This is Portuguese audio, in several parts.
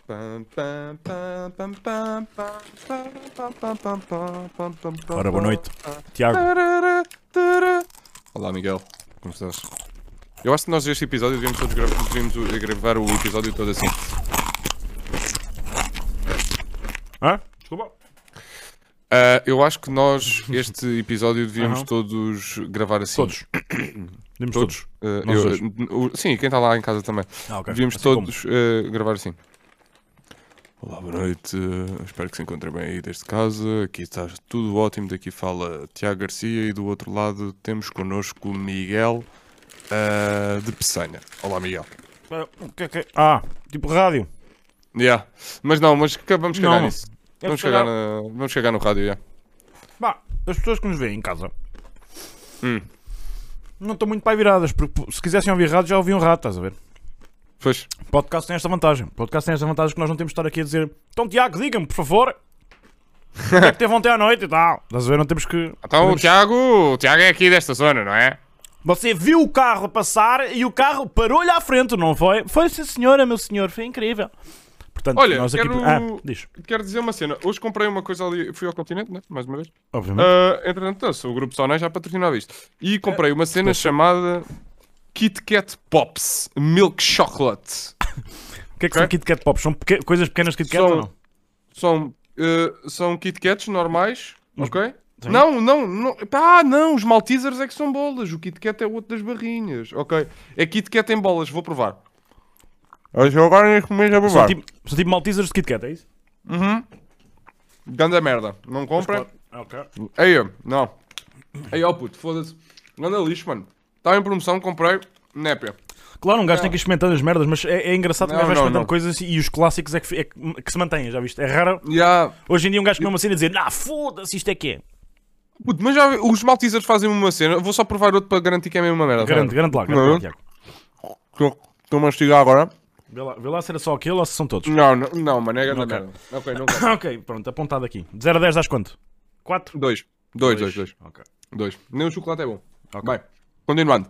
Ora, boa noite, Tiago. Olá, Miguel. Como estás? Eu acho que nós este episódio devíamos todos gravar o episódio todo assim. Hã? Desculpa. Eu acho que nós este episódio devíamos todos gravar assim. Todos. Devíamos todos. Nós dois. Sim, quem está lá em casa também. Ok. Devíamos Assim todos gravar assim. Olá, boa noite. Espero que se encontrem bem aí desde casa. Aqui está tudo ótimo. Daqui fala Tiago Garcia e do outro lado temos connosco Miguel de Peçanha. Olá, Miguel. O que é que é? Ah, tipo rádio. Yeah. Mas não, mas vamos cagar nisso. É Vamos chegar- cagar no rádio, já. Bah, as pessoas que nos veem em casa não estão muito para aí viradas, porque se quisessem ouvir rádio já ouviam rádio, estás a ver? Pois. O podcast tem esta vantagem. O podcast tem esta vantagem que nós não temos de estar aqui a dizer então, Tiago, diga-me, por favor, o que é que teve ontem à noite e tal. Estás a ver? Não temos que... Então podemos- o Tiago é aqui desta zona, não é? Você viu o carro passar e o carro parou-lhe à frente, não foi? Foi, sim, senhora, meu senhor, foi incrível. Portanto, Olha, nós aqui... diz. quero dizer uma cena. Hoje comprei uma coisa ali, fui ao continente, né? Mais uma vez. Obviamente. Entretanto, o grupo Sonai já patrocinava isto. E comprei uma cena chamada Kit Kat Pops Milk Chocolate. O que é que são Kit Kat Pops? São coisas pequenas de Kit Kat ou não? São Kit Kats normais, ok? Sim. Não. Pá, não, os Maltesers é que são bolas. O Kit Kat é o outro das barrinhas, ok? É Kit Kat em bolas, vou provar. Eu agora neste momento a São tipo Maltesers de Kit Kat, é isso? Ganda merda, não comprem. Ok. Aí, não. Aí, ó puto, foda-se. Ganda lixo, mano. Estava em promoção, comprei. Népia. Claro, um gajo tem que ir experimentando as merdas, mas é engraçado que um gajo vai Não, experimentando não. coisas e os clássicos é que se mantêm, já viste? É raro. Já. Hoje em dia um gajo come uma cena e dizer, foda-se, isto é que é. Puto, mas já os Maltesers fazem uma cena. Vou só provar outro para garantir que é a mesma merda. Garante lá, Tiago. Estou a mastigar agora. Vê lá se era só aquele ou se são todos. Não, mano, é ganda Ok. merda. Ok, não quero. Ok, pronto, apontado aqui. De 0 a 10 dás quanto? 4? 2. Ok. 2. Nem o chocolate é bom. Ok. Bem, continuando.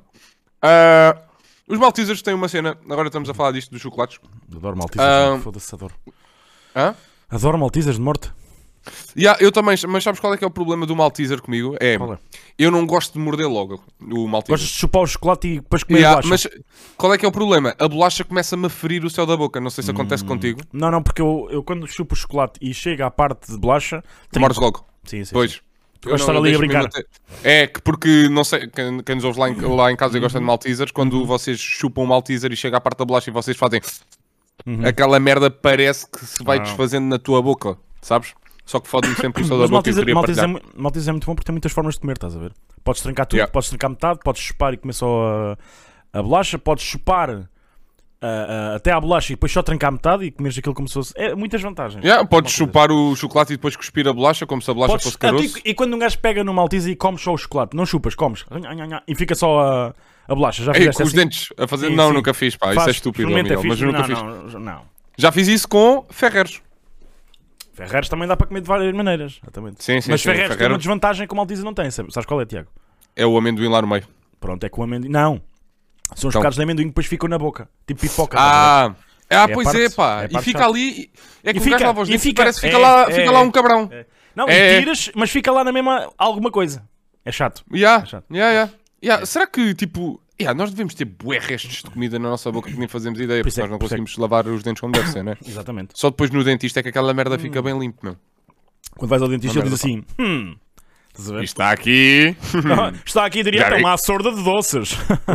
Os Maltesers têm uma cena. Agora estamos a falar disto dos chocolates. Adoro Maltesers, foda-se, adoro. Hã? Adoro Maltesers de morte. Eu também, mas sabes qual é que é o problema do Malteser comigo? Qual é? Eu não gosto de morder logo o Malteser. Gostas de chupar o chocolate e depois comer a bolacha? Mas qual é que é o problema? A bolacha começa-me a ferir o céu da boca. Não sei se acontece contigo. Não, porque eu quando chupo o chocolate e chega à parte de bolacha... Mordes logo. Sim. Pois. Tu vais estar ali a brincar. É que porque, não sei, quem nos ouve lá em casa e gosta de Maltesers, quando vocês chupam o Malteser e chega à parte da bolacha e vocês fazem... Aquela merda parece que se vai desfazendo na tua boca, sabes? Só que fode-me sempre o céu da Mas boca e queria partilhar. Malteser é muito bom porque tem muitas formas de comer, estás a ver? Podes trancar tudo, Yeah. podes trancar metade, podes chupar e comer só a bolacha, podes chupar até à bolacha e depois só trancar metade e comeres aquilo como se fosse... É muitas vantagens. Podes chupar o chocolate e depois cuspir a bolacha como se a bolacha fosse caroço. E quando um gajo pega no Malteser e comes só o chocolate, não chupas, comes e fica só a bolacha. Já Ei, fizeste com os assim? dentes a fazer... Sim, não, sim. nunca fiz, pá. Isso é estúpido, Experimenta, Miguel, mas eu nunca fiz. Não. Já fiz isso com Ferreiros. Ferreiros também dá para comer de várias maneiras. Exatamente. Sim, Mas sim. Ferreiros tem uma desvantagem que o Malteser não tem. Sabes qual é, Tiago? É o amendoim lá no meio. Pronto, é com amendoim. Não. São os Então. bocados de amendoim que depois ficam na boca. Tipo pipoca. estás a ver? Pois parte- é, pá. é a E parte fica chata. ali... É que E o fica- gajo lava os e dentes e fica- parece que é, fica lá um cabrão. Não, É. e tiras, mas fica lá na mesma alguma coisa. É chato. chato. Será que, tipo... nós devemos ter bué restos de comida na nossa boca que nem fazemos ideia, Por isso porque é nós não que- por isso é conseguimos lavar os dentes como deve ser, né? Exatamente. Só depois no dentista é que aquela merda fica bem limpo, meu. Quando vais ao dentista, Uma ele diz assim: Estás a ver? Está aqui... Está aqui direto, é uma açorda de doces.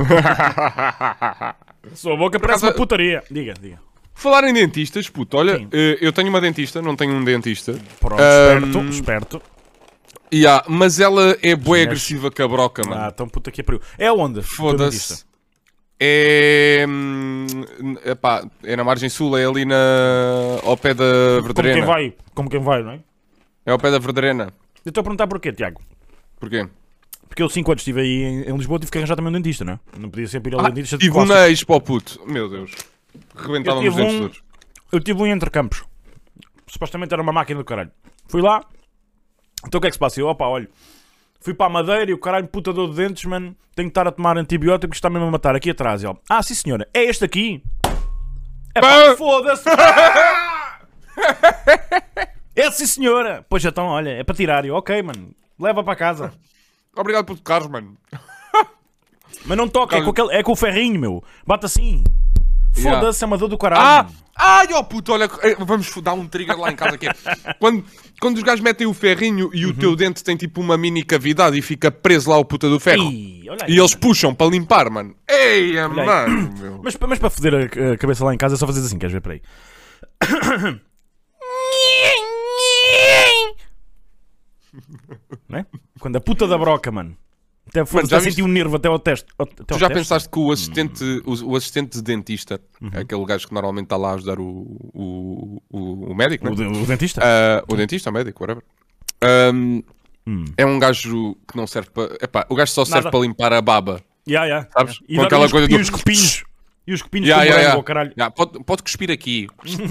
Sua boca parece uma putaria. Diga. Falar em dentistas, puto, olha, Sim. eu tenho uma dentista, não tenho um dentista. Pronto, esperto. Mas ela é bué Sim, agressiva cabroca, mano. Então puta que pariu. É onde? Foda-se. É... epá, é na margem sul, é ali ao pé da Verdarena. Como quem vai, não é? É ao pé da Verdarena. Eu estou a perguntar porquê, Tiago. Porquê? Porque eu 5 anos estive aí em Lisboa, tive que arranjar também um dentista, não é? Não podia sempre ir ao dentista de Tive um clássico. na Expo, puto. Meu Deus. Rebentávamos os dentes todos. Eu tive um em Entrecampos. Supostamente era uma máquina do caralho. Fui lá. Então o que é que se passa? Eu, olha, fui para a Madeira e o caralho puta dor de dentes, mano. Tenho que estar a tomar antibióticos, está mesmo a matar. Aqui atrás, ó. Sim senhora, é este aqui? É pá, foda-se! sim senhora. Pois então, olha, é para tirar. Eu, ok, mano, leva para casa. Obrigado por tocares, mano. Mas não toca, é com o ferrinho, meu. Bate assim. Yeah. Foda-se, é uma dor do caralho. Ai, ó puto, olha, vamos dar um trigger lá em casa aqui. Quando os gajos metem o ferrinho e o teu dente tem tipo uma mini cavidade e fica preso lá o puta do ferro. Olha aí, E eles puxam para limpar, mano. Eia, mano, meu. Mas para foder a cabeça lá em casa é só fazer assim, queres ver? Peraí. Não é? Quando a puta da broca, mano. Até já sentir um nervo até ao teste. Tu já pensaste que o assistente de dentista, aquele gajo que normalmente está lá a ajudar o médico, não é? O dentista? O dentista, o médico, whatever. É um gajo que não serve para... Epá, o gajo só serve para limpar a baba. Sabes? Com aquela coisa e os copinhos. E os copinhos com morango, caralho. Pode cuspir aqui.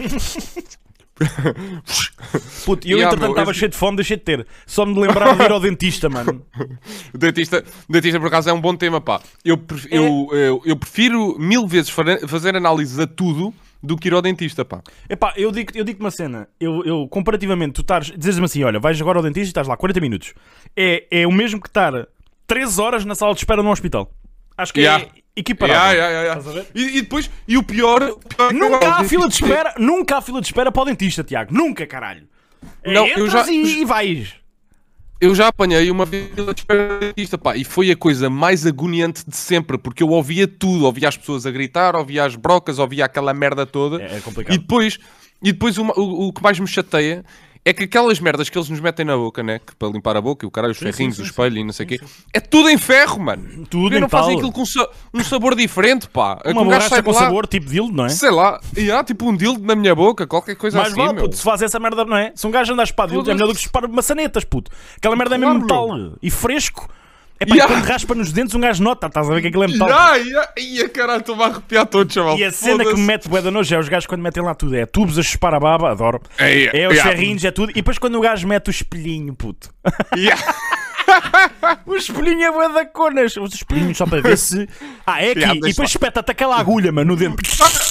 Puto, eu entretanto estava cheio de fome, deixei de ter. Só me lembrava de ir ao dentista, mano. O dentista por acaso é um bom tema, pá. Eu prefiro 1000 vezes fazer análise a tudo do que ir ao dentista, pá. Epá, eu digo uma cena. Eu comparativamente, tu dizes-me assim, olha, vais agora ao dentista e estás lá 40 minutos. É o mesmo que estar 3 horas na sala de espera num hospital. Acho que é equiparável. Estás a ver? E depois, o pior nunca há fila de espera, nunca há fila de espera para o dentista, Tiago. Nunca, caralho. Não, entras e vais. Eu já apanhei uma fila de espera de dentista, pá, e foi a coisa mais agoniante de sempre, porque eu ouvia tudo, ouvia as pessoas a gritar, ouvia as brocas, ouvia aquela merda toda. É complicado. E depois o que mais me chateia é que aquelas merdas que eles nos metem na boca, né? Que para limpar a boca, e o caralho, os ferrinhos, o espelho e não sei o quê. É tudo em ferro, mano. Tudo em não fazem aquilo com um sabor diferente, pá. Uma borracha com sabor, tipo dildo, não é? Sei lá. E há tipo um dildo na minha boca, qualquer coisa mas assim, vale, meu. Puto, se faz essa merda, não é? Se um gajo anda a chupar dildo, é melhor do que chupar maçanetas, puto. Aquela merda é mesmo metal. E fresco. É pá, quando raspa nos dentes um gajo nota, estás a ver que aquilo é metal. Ia caralho, estou-me a arrepiar todo, chaval. E a cena que me mete bué da nojo é os gajos quando metem lá tudo. É tubos a chupar a baba, adoro. É os ferrinhos, é tudo. E depois quando o gajo mete o espelhinho, puto. O espelhinho é bué da conas. Os espelhinhos só para ver se... é aqui. E depois espeta-te aquela agulha, mano, no dente.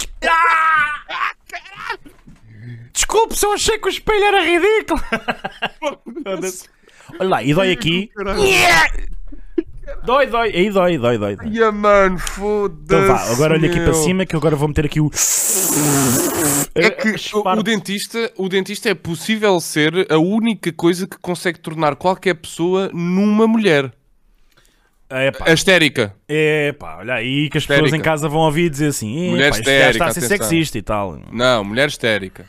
Desculpe, só achei que o espelho era ridículo. Olha lá, e dói aqui. Dói. Aí dói. Mano, foda-se. Então vá, agora olha aqui para cima que eu agora vou meter aqui o... É que o dentista é possível ser a única coisa que consegue tornar qualquer pessoa numa mulher. A histérica. Olha aí que as pessoas em casa vão ouvir dizer assim, mulher histérica, está a ser sexista e tal. Não, mulher histérica.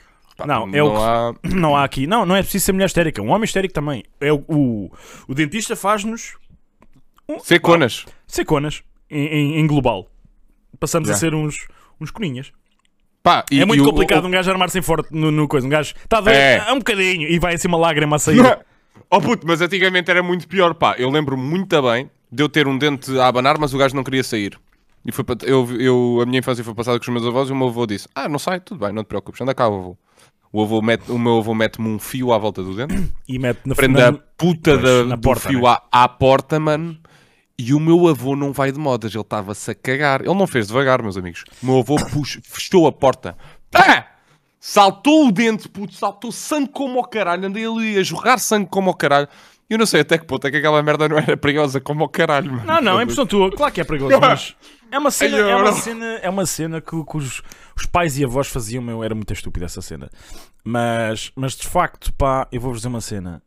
Não há aqui. Não é preciso ser mulher histérica. Um homem histérico também. O dentista faz-nos... Ser conas. Ser conas. Em global. Passamos a ser uns coninhas. Pá, é muito complicado um gajo armar-se forte no coisa. Um gajo está a ver um bocadinho e vai assim uma lágrima a sair. Puto, mas antigamente era muito pior, pá. Eu lembro-me muito bem de eu ter um dente a abanar, mas o gajo não queria sair. E foi a minha infância foi passada com os meus avós e o meu avô disse: não sai, tudo bem, não te preocupes, anda cá, avô. O meu avô mete-me um fio à volta do dente e mete prende a puta do porta, fio né? à porta, mano. E o meu avô não vai de modas, ele estava-se a cagar. Ele não fez devagar, meus amigos. O meu avô fechou a porta. Pá! Saltou o dente, puto, saltou sangue como ao caralho. Andei ali a jorrar sangue como ao caralho. Eu não sei até que ponto é que aquela merda não era perigosa como ao caralho, mano. Não, é impressão tua. Claro que é perigoso, mas é uma cena que os pais e avós faziam, meu. Era muito estúpida essa cena. Mas de facto, pá, eu vou-vos dizer uma cena.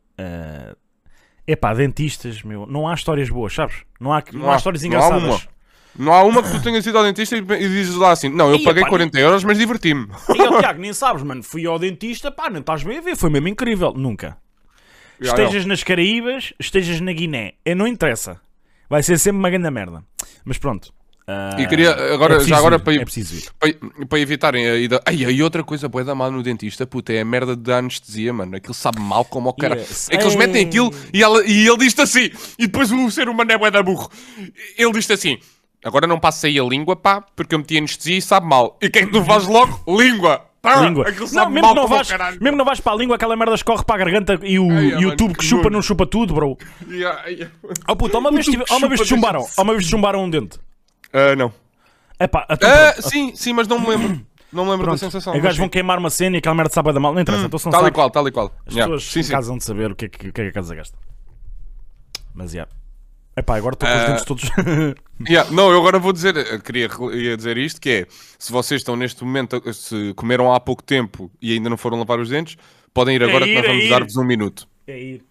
Dentistas, meu, não há histórias boas, sabes? Não há histórias engraçadas. Não há uma que tu tenhas ido ao dentista e dizes lá assim: não, eu paguei 40 euros, mas diverti-me. E o Tiago, nem sabes, mano, fui ao dentista, pá, não estás bem a ver, foi mesmo incrível. Nunca. Estejas nas Caraíbas, estejas na Guiné, não interessa. Vai ser sempre uma grande merda. Mas pronto. E queria, agora, para evitarem a ida. E outra coisa boa da mal no dentista, puta, é a merda da anestesia, mano. Aquilo sabe mal como ao cara. É que eles metem aquilo e ele diz-te assim. E depois o ser humano é bué da burro. Ele diz-te assim: agora não passa aí a língua, pá, porque eu meti anestesia e sabe mal. E o que é que tu fazes logo? Língua. Língua. Não, mesmo que não vais para a língua, aquela merda escorre para a garganta e o tubo que chupa não chupa tudo, bro. Oh puto, uma vez te chumbaram um dente. Não. Epá, sim, mas não me lembro. Não me lembro Pronto. da sensação. Os gajos vão queimar uma cena e aquela merda sabe da mal. Não interessa, então se não Tal e sabes, qual, tal e qual. as Yeah. pessoas em casa vão de saber o que é que a casa gasta. Mas epá, agora estou com os dentes todos. Não, eu agora vou dizer, ia dizer isto, que é, se vocês estão neste momento, se comeram há pouco tempo e ainda não foram lavar os dentes, podem ir agora que nós vamos dar-vos 1 minuto. É ir.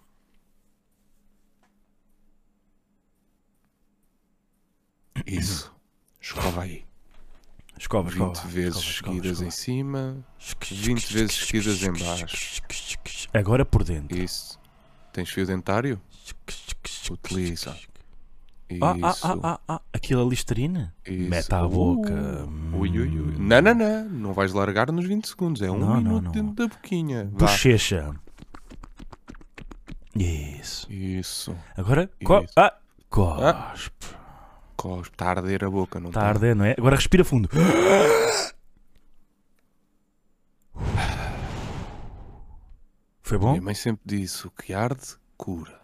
Isso. Escova aí. Escova. 20 vezes seguidas em cima, 20 vezes seguidas em baixo. Agora por dentro. Isso. Tens fio dentário? Utiliza. Isso. Aquilo é listerina? Isso. Mete à boca. Ui. Não. Não vais largar nos 20 segundos. É 1 minuto dentro da boquinha. Bochecha. Isso. Agora, cospe. Cospe. Está a arder a boca, não está? Está a arder, não é? Agora respira fundo. Foi bom? Minha mãe sempre disse, o que arde, cura.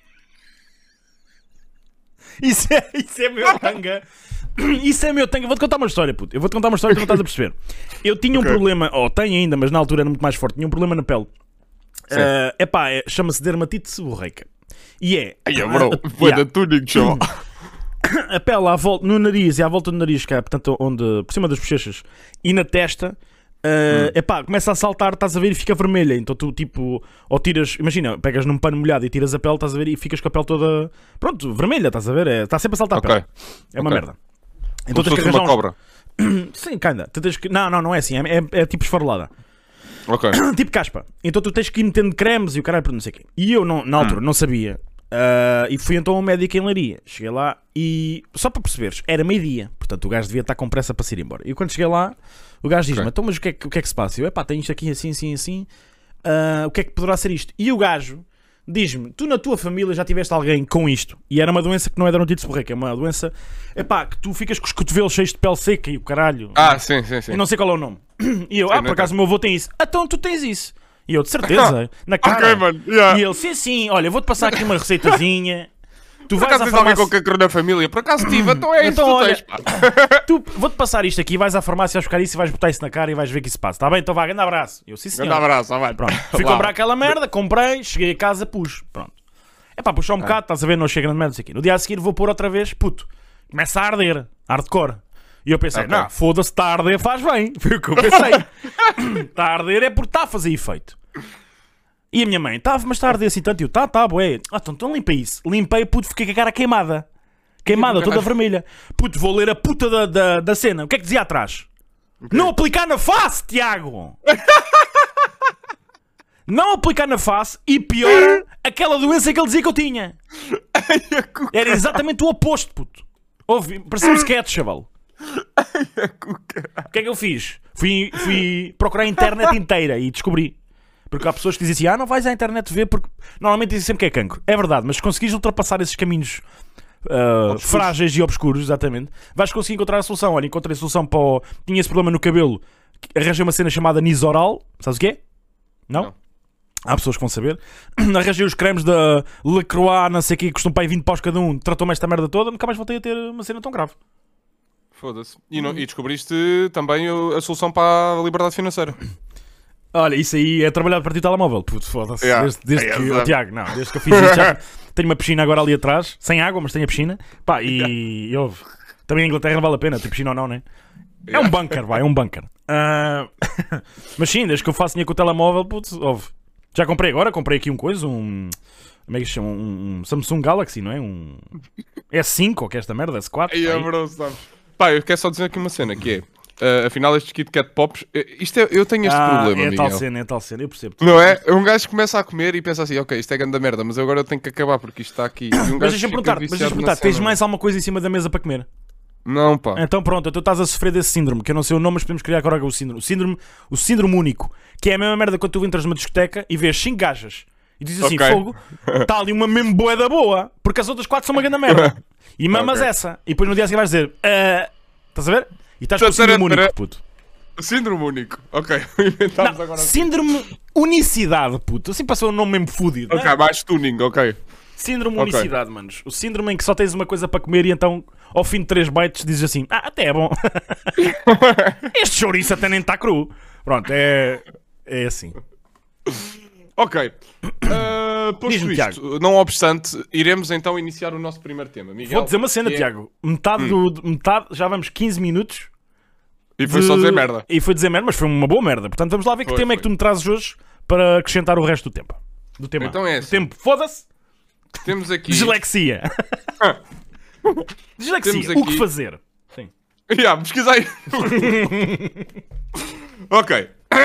Isso é meu tanga. Isso é meu tanga. Vou-te contar uma história, puto. Eu vou-te contar uma história que tu não estás a perceber. Eu tinha um problema, tenho ainda, mas na altura era muito mais forte. Tinha um problema na pele. Chama-se dermatite seborreica. E é... Foi da túnica, chaval. A pele à volta, no nariz e à volta do nariz, que é, portanto, por cima das bochechas e na testa, começa a saltar, estás a ver, e fica vermelha. Então tu, tipo, ou tiras, imagina, pegas num pano molhado e tiras a pele, estás a ver, e ficas com a pele toda, pronto, vermelha, estás a ver, está sempre a saltar a pele. É uma merda. Então tens que arranjar uma cobra. Sim, kinda. Não é assim, é tipo esfarelada. Tipo caspa. Então tu tens que ir metendo cremes e o caralho, não sei o quê. E eu, na altura, não sabia. E fui então a um médico em Leiria. Cheguei lá e, só para perceberes, era meio-dia. Portanto, o gajo devia estar com pressa para se ir embora. E quando cheguei lá, o gajo diz-me, então, mas o que é que se passa? Eu, tem isto aqui assim. O que é que poderá ser isto? E o gajo diz-me, tu na tua família já tiveste alguém com isto? E era uma doença que não é dermatite seborreica, é uma doença, que tu ficas com os cotovelos cheios de pele seca e o caralho. Sim. E não sei qual é o nome. E eu, por acaso o meu avô tem isso. Então tu tens isso. E eu, de certeza, na cara. Mano. Yeah. E ele, sim, olha, vou-te passar aqui uma receitazinha. Tu vais à farmácia... alguém com cancro na família? Por acaso tive, então é isso que tu tens, vou-te passar isto aqui, vais à farmácia a buscar isso e vais botar isso na cara e vais ver que isso passa. Está bem? Então vá, grande abraço. Eu, sim, senhor. Grande abraço, vai. Pronto. Fui comprar aquela merda, comprei, cheguei a casa, pus. Pronto. Puxou um bocado, estás a ver, não chega grande merda, isso aqui. No dia a seguir vou pôr outra vez, puto. Começa a arder, hardcore. E eu pensei, não, foda-se, está a arder, faz bem. Foi o que eu pensei. Está a arder é porque está a fazer efeito. E a minha mãe, mas está a arder assim tanto. E eu, bué. Então limpa isso. Limpei, puto, fiquei com a cara queimada. Queimada, toda vermelha. Puto, vou ler a puta da cena. O que é que dizia atrás? Não aplicar na face, Tiago! Não aplicar na face e pior, aquela doença que ele dizia que eu tinha. Era exatamente o oposto, puto. Parecia um sketch, chaval. O que é que eu fiz? Fui procurar a internet inteira e descobri. Porque há pessoas que dizem assim, não vais à internet ver, porque normalmente dizem sempre que é cancro. É verdade, mas se conseguires ultrapassar esses caminhos frágeis e obscuros, exatamente, vais conseguir encontrar a solução. Olha, encontrei a solução para tinha esse problema no cabelo, arranjei uma cena chamada Nizoral, sabes o que é? Não? Há pessoas que vão saber. Arranjei os cremes da Lacroix, não sei o que, custam para aí 20 paus cada um, tratou-me esta merda toda, nunca mais voltei a ter uma cena tão grave. Foda-se. E descobriste também a solução para a liberdade financeira. Olha, isso aí é trabalhar a partir do telemóvel. Puto, foda-se. Desde que, Tiago, desde que eu fiz isso, já tenho uma piscina agora ali atrás, sem água, mas tenho a piscina. E também a Inglaterra não vale a pena, ter piscina ou não, né? É um bunker, é um bunker. Mas sim, desde que eu faço dinheiro com o telemóvel, puto, já comprei agora, comprei aqui como é que se chama? Um Samsung Galaxy, não é? Um S5, ou que é esta merda, S4. Eu quero só dizer aqui uma cena, que é, afinal estes Kit Kat Pops, eu tenho este problema, é tal cena, eu percebo. Não é? Um gajo começa a comer e pensa assim, ok, isto é grande merda, mas agora eu tenho que acabar porque isto está aqui. Mas deixa-me perguntar, tens mais alguma coisa em cima da mesa para comer? Não, pá. Então pronto, tu estás a sofrer desse síndrome, que eu não sei o nome, mas podemos criar agora o síndrome. O síndrome único, que é a mesma merda quando tu entras numa discoteca e vês 5 gajas e dizes assim, fogo, está ali uma mesmo boeda boa, porque as outras 4 são uma grande merda. E mamas essa. E depois no dia seguinte vais dizer, estás a ver? E estás com o síndrome único, puto. Síndrome único, ok. Agora síndrome unicidade, puto. Assim passou um nome mesmo fúdido. Ok, mais tuning, ok. Síndrome unicidade, manos. O síndrome em que só tens uma coisa para comer e então ao fim de 3 bites dizes assim, até é bom. Este chouriço até nem está cru. Pronto, é assim. Ok. Posto isto, não obstante, iremos então iniciar o nosso primeiro tema. Miguel, vou dizer uma cena, Tiago. Metade, já vamos 15 minutos. E foi só dizer merda. E foi dizer merda, mas foi uma boa merda. Portanto, vamos lá ver que tema é que tu me trazes hoje para acrescentar o resto do tempo. Do tema. Então é assim. Tempo, foda-se. Temos aqui... Dislexia. Dislexia, Temos aqui... o que fazer? Sim. Pesquisei. Ok.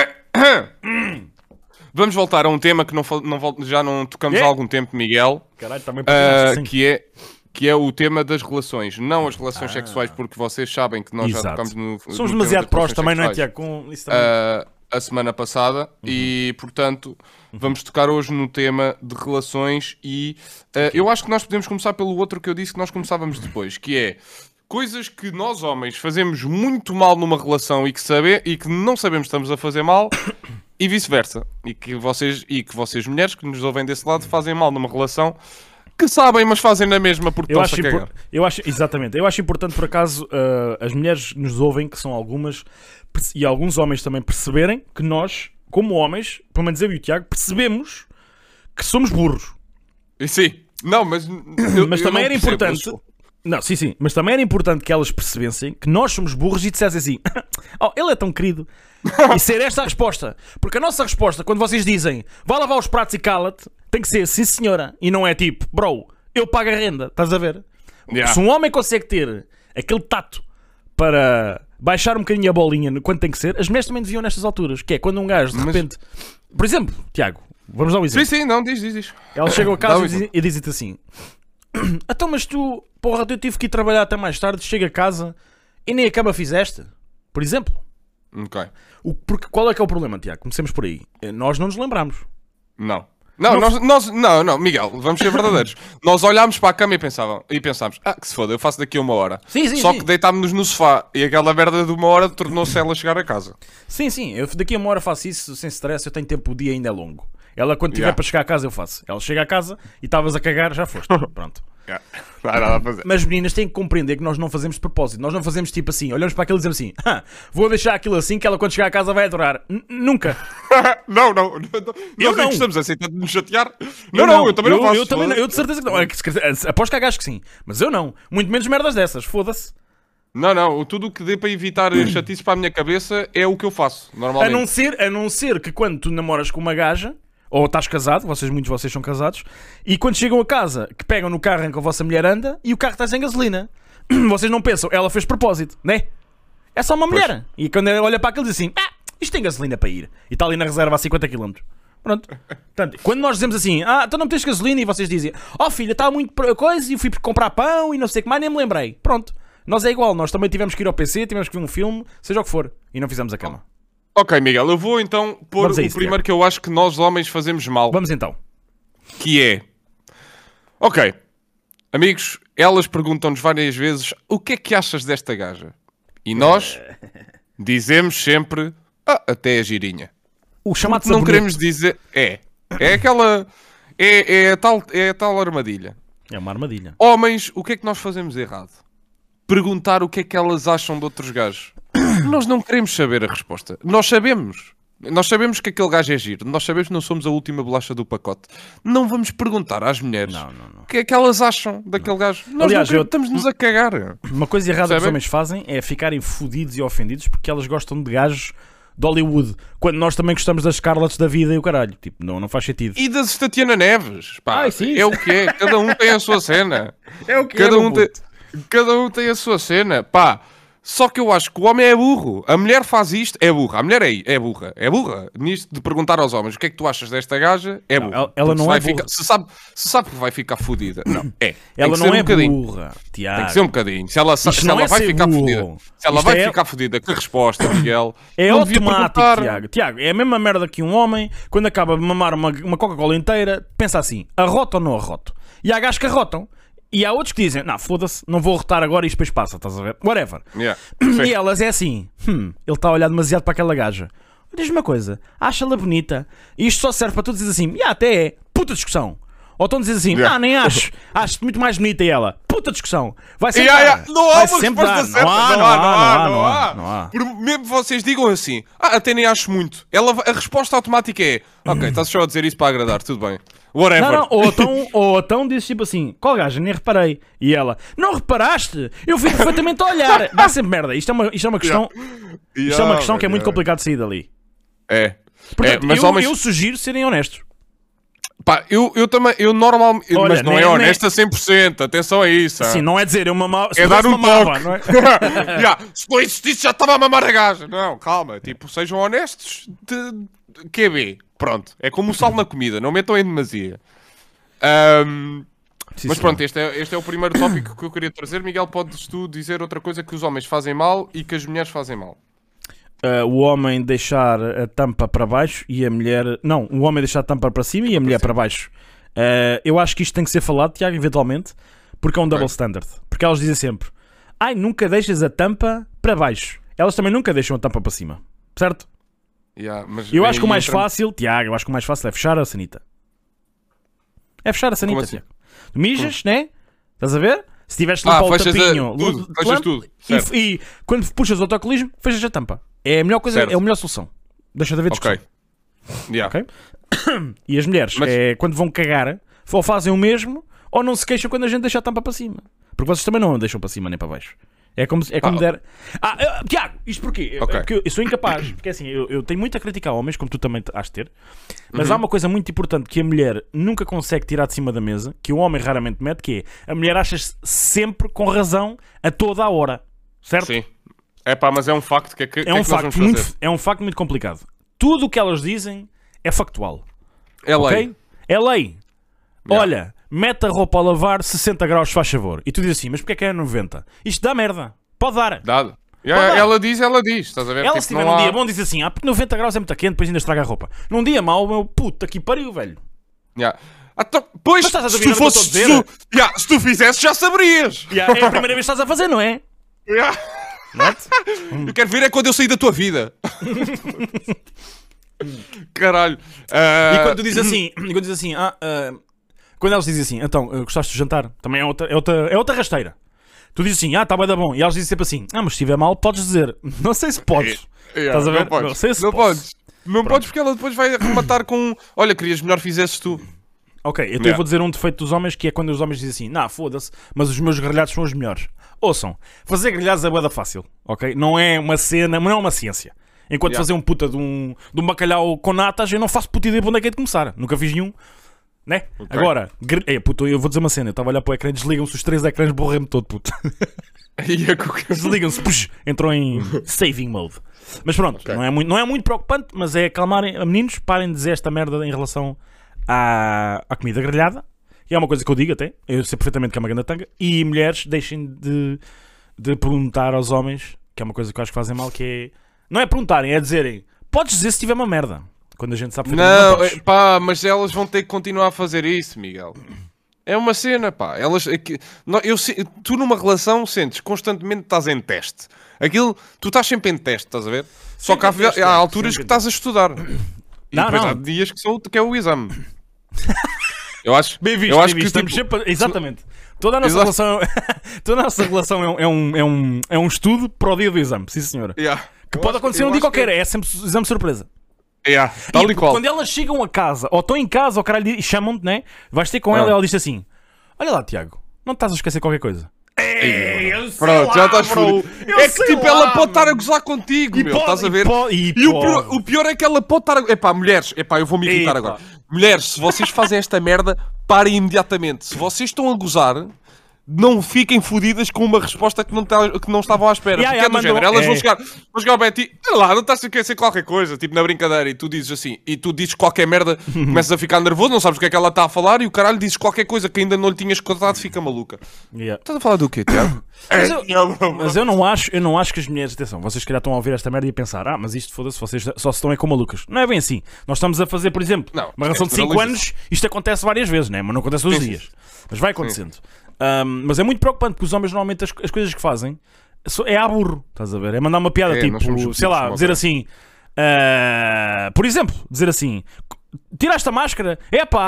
Vamos voltar a um tema que já não tocamos há algum tempo, Miguel. Caralho, também que é o tema das relações. Não as relações sexuais, porque vocês sabem que nós já tocamos no... Somos demasiado prós também, não é, Tiago? Com isso também. A semana passada e, portanto, vamos tocar hoje no tema de relações e eu acho que nós podemos começar pelo outro que eu disse que nós começávamos depois, que é coisas que nós homens fazemos muito mal numa relação e que não sabemos que estamos a fazer mal e vice-versa. E que vocês mulheres que nos ouvem desse lado fazem mal numa relação que sabem, mas fazem na mesma porque estão-se a cagar. Exatamente. Eu acho importante, por acaso, as mulheres que nos ouvem, que são algumas, e alguns homens também perceberem que nós, como homens, pelo menos eu e o Tiago, percebemos que somos burros. Sim. Não, mas... mas também era importante... Não, sim. Mas também era importante que elas percebessem que nós somos burros e dissessem assim ele é tão querido. E ser esta a resposta. Porque a nossa resposta, quando vocês dizem vai lavar os pratos e cala-te, tem que ser sim senhora. E não é tipo, bro, eu pago a renda. Estás a ver? Se um homem consegue ter aquele tato para baixar um bocadinho a bolinha quando tem que ser, as mulheres também deviam nestas alturas. Que é quando um gajo de repente... Por exemplo, Tiago, vamos dar um exemplo. Sim, não, diz. Ela chega a casa e diz-te assim... Então, mas tu, porra, eu tive que ir trabalhar até mais tarde, chego a casa e nem a cama fizeste, por exemplo. Ok. Porque qual é que é o problema, Tiago? Comecemos por aí. Nós não nos lembramos. Não, Miguel, vamos ser verdadeiros. Nós olhámos para a cama e pensámos, que se foda, eu faço daqui a 1 hora. Sim, Só que deitámos-nos no sofá e aquela merda de 1 hora tornou-se ela chegar a casa. Sim, eu daqui a 1 hora faço isso sem stress, eu tenho tempo, o dia ainda é longo. Ela, quando tiver para chegar a casa, eu faço. Ela chega a casa e estavas a cagar, já foste. Pronto. Não há nada a fazer. Mas meninas têm que compreender que nós não fazemos de propósito. Nós não fazemos tipo assim, olhamos para aquilo e dizemos assim, vou deixar aquilo assim que ela quando chegar a casa vai adorar. Nunca. Não. Nós não gostamos assim tanto de nos chatear. Eu também não faço. Eu de certeza que não. Aposto que há gajos que sim. Mas eu não. Muito menos merdas dessas. Foda-se. Não. Tudo o que dê para evitar chatices para a minha cabeça é o que eu faço, normalmente. A não ser que quando tu namoras com uma gaja, ou estás casado, muitos de vocês são casados, e quando chegam a casa, que pegam no carro em que a vossa mulher anda, e o carro está sem gasolina. Vocês não pensam, ela fez propósito, né? É só uma mulher. E quando ela olha para aquilo diz assim, isto tem gasolina para ir. E está ali na reserva a 50 km. Pronto. Portanto, quando nós dizemos assim, então não tens gasolina, e vocês dizem, filha, está muito coisa, e fui comprar pão, e não sei o que mais, nem me lembrei. Pronto. Nós é igual, nós também tivemos que ir ao PC, tivemos que ver um filme, seja o que for, e não fizemos a cama. Ok, Miguel, eu vou então pôr o primeiro que eu acho que nós homens fazemos mal. Vamos então. Que é... Ok, amigos, elas perguntam-nos várias vezes o que é que achas desta gaja? E nós dizemos sempre, até a girinha. O chamado não queremos dizer... É aquela... É a tal armadilha. É uma armadilha. Homens, o que é que nós fazemos errado? Perguntar o que é que elas acham de outros gajos. Nós não queremos saber a resposta. Nós sabemos. Nós sabemos que aquele gajo é giro. Nós sabemos que não somos a última bolacha do pacote. Não vamos perguntar às mulheres o que é que elas acham daquele gajo. Nós estamos-nos a cagar. Uma coisa errada que os homens fazem é ficarem fodidos e ofendidos porque elas gostam de gajos de Hollywood. Quando nós também gostamos das Scarletts da vida e o caralho. Tipo, não faz sentido. E das Tatiana Neves. Pá, sim. É o que é. Cada um tem a sua cena. É o que Cada um tem a sua cena. Pá. Só que eu acho que o homem é burro. A mulher faz isto, é burra. A mulher é burra. É burra. Nisto de perguntar aos homens o que é que tu achas desta gaja, é burra. Ela não é burra. Se sabe que vai ficar fodida. Não, ela não é burra, Tiago. Tem que ser um bocadinho. Se ela vai ficar fodida. Se ela vai ficar fodida, que resposta, Miguel? É automático, Tiago. É a mesma merda que um homem, quando acaba de mamar uma Coca-Cola inteira, pensa assim, arroto ou não arroto? E há gajos que arrotam. E há outros que dizem, foda-se, não vou rotar agora e isto depois passa, estás a ver? Whatever. E elas é assim, ele está a olhar demasiado para aquela gaja. Diz-me uma coisa, acha-la bonita? E isto só serve para tu dizer assim, até é, puta discussão. Ou então dizes assim, nem acho, acho-te muito mais bonita e ela. Puta discussão. Vai sempre Não há vai uma sempre resposta certa. Não há. Mesmo que vocês digam assim, até nem acho muito. A resposta automática é, ok, estás só a dizer isso para agradar, tudo bem. Whatever. Não, ou então dizes tipo assim, qual gaja, nem reparei. E ela, não reparaste? Eu fui perfeitamente a olhar. Dá sempre merda. Isto é uma questão, isto é uma questão que é muito complicado de sair dali. Portanto, mas eu sugiro serem honestos. Pá, eu também, eu normalmente, mas não é honesto a 100%, atenção a isso. Sim, não é dizer, eu mamava, é dar um toque. Não é? Se não existisse já estava a mamar a gaja. Não, calma, tipo, sejam honestos de QB. Pronto, é como o sal na comida, não metam em demasia. Sim, mas pronto, este é o primeiro tópico que eu queria trazer. Miguel, podes tu dizer outra coisa que os homens fazem mal e que as mulheres fazem mal? O homem deixar a tampa para baixo e a mulher... Não, o homem deixar a tampa para cima e a mulher para baixo. Eu acho que isto tem que ser falado, Tiago, eventualmente, porque é um double standard. Porque elas dizem sempre, nunca deixas a tampa para baixo. Elas também nunca deixam a tampa para cima. Certo? Eu acho que o mais fácil, Tiago, é fechar a sanita. É fechar a sanita, assim? Tiago. Tu mijas, né? Estás a ver? Se tiveres de limpar o tapinho... Fechas tudo. E quando puxas o autocolismo, fechas a tampa. É a melhor coisa, é a melhor solução. Deixa de haver discussão. Ok? E as mulheres, quando vão cagar, ou fazem o mesmo, ou não se queixam quando a gente deixa a tampa para cima. Porque vocês também não a deixam para cima nem para baixo. É como der... Tiago, isto porquê? Porque eu sou incapaz. Porque assim, eu tenho muito a criticar homens, como tu também has de ter. Mas há uma coisa muito importante que a mulher nunca consegue tirar de cima da mesa, que o homem raramente mete, que é, a mulher acha-se sempre com razão a toda a hora. Certo? Sim. Mas é um facto que é um facto muito complicado. Tudo o que elas dizem é factual. É lei. É lei. Olha, mete a roupa a lavar 60 graus, faz favor. E tu dizes assim, mas porque é 90? Isto dá merda. Pode dar. Dá. Ela diz, estás a ver? Ela se tiver um dia bom diz assim, porque 90 graus é muito quente, depois ainda estraga a roupa. Num dia mau, meu puta que pariu, velho. Pois, se tu fizesses, já saberias. É a primeira vez que estás a fazer, não é? Eu quero ver quando eu sair da tua vida. Caralho. E quando dizes assim, quando elas dizem assim, então, gostaste de jantar? Também é outra rasteira. Tu dizes assim, está bem, dá bom. E elas dizem sempre assim, mas se estiver mal, podes dizer. Não sei se podes. Estás a ver? Não sei se podes. Não podes porque ela depois vai rematar com, olha, querias melhor fizesses tu. Ok, então eu vou dizer um defeito dos homens, que é quando os homens dizem assim, foda-se, mas os meus grelhados são os melhores. Ouçam, fazer grelhados é bué fácil, ok? Não é uma cena, não é uma ciência. Enquanto fazer um puta de um bacalhau com natas, eu não faço puta ideia para onde é que é de começar. Nunca fiz nenhum, né? Okay. Agora, eu vou dizer uma cena, eu estava a olhar para o ecrã, desligam-se os 3 ecrãs, borrei-me todo, puto. Desligam-se, entrou em saving mode. Mas pronto, não é muito preocupante, mas é acalmarem, meninos, parem de dizer esta merda em relação à comida grelhada. E é uma coisa que eu digo até, eu sei perfeitamente que é uma grande tanga. E mulheres, deixem de perguntar aos homens, que é uma coisa que eu acho que fazem mal, que é... Não é perguntarem, é dizerem, podes dizer se tiver uma merda. Quando a gente sabe fazer não, mas elas vão ter que continuar a fazer isso, Miguel. É uma cena, pá. Tu numa relação sentes constantemente que estás em teste. Tu estás sempre em teste, estás a ver? Só que há alturas que estás a estudar. E depois há dias que é o exame. Eu acho que estamos sempre... Exatamente. Toda a nossa relação é um estudo para o dia do exame, sim senhora. Que pode acontecer um dia qualquer, é sempre exame surpresa. Tal e qual. Quando elas chegam a casa, ou estão em casa, ou caralho, e chamam-te, né? Vais ter com ela e ela diz assim: olha lá, Tiago, não estás a esquecer qualquer coisa. Pronto, já estás fudido. É que tipo, ela pode estar a gozar contigo, meu, estás a ver? E o pior é que ela pode estar a... Epá, mulheres, eu vou me irritar agora. Mulheres, se vocês fazem esta merda, parem imediatamente. Se vocês estão a gozar, não fiquem fodidas com uma resposta que não estavam à espera. Porque é do género. Elas vão chegar ao Betty, olha lá, não estás a esquecer qualquer coisa, tipo na brincadeira, e tu dizes assim, e tu dizes qualquer merda, começas a ficar nervoso, não sabes o que é que ela está a falar, e o caralho dizes qualquer coisa que ainda não lhe tinhas contado, fica maluca. Estás a falar do quê, Tiago? Mas eu não acho que as mulheres, atenção, vocês se calhar estão a ouvir esta merda e a pensar, mas isto foda-se, vocês só se estão com malucas. Não é bem assim. Nós estamos a fazer, por exemplo, uma relação de 5 anos, isto acontece várias vezes, né? Mas não acontece todos os dias. Mas vai acontecendo. Mas é muito preocupante, porque os homens normalmente as coisas que fazem é a burro, estás a ver? É mandar uma piada tipo, sei lá, dizer assim, por exemplo, dizer assim, tiraste a máscara,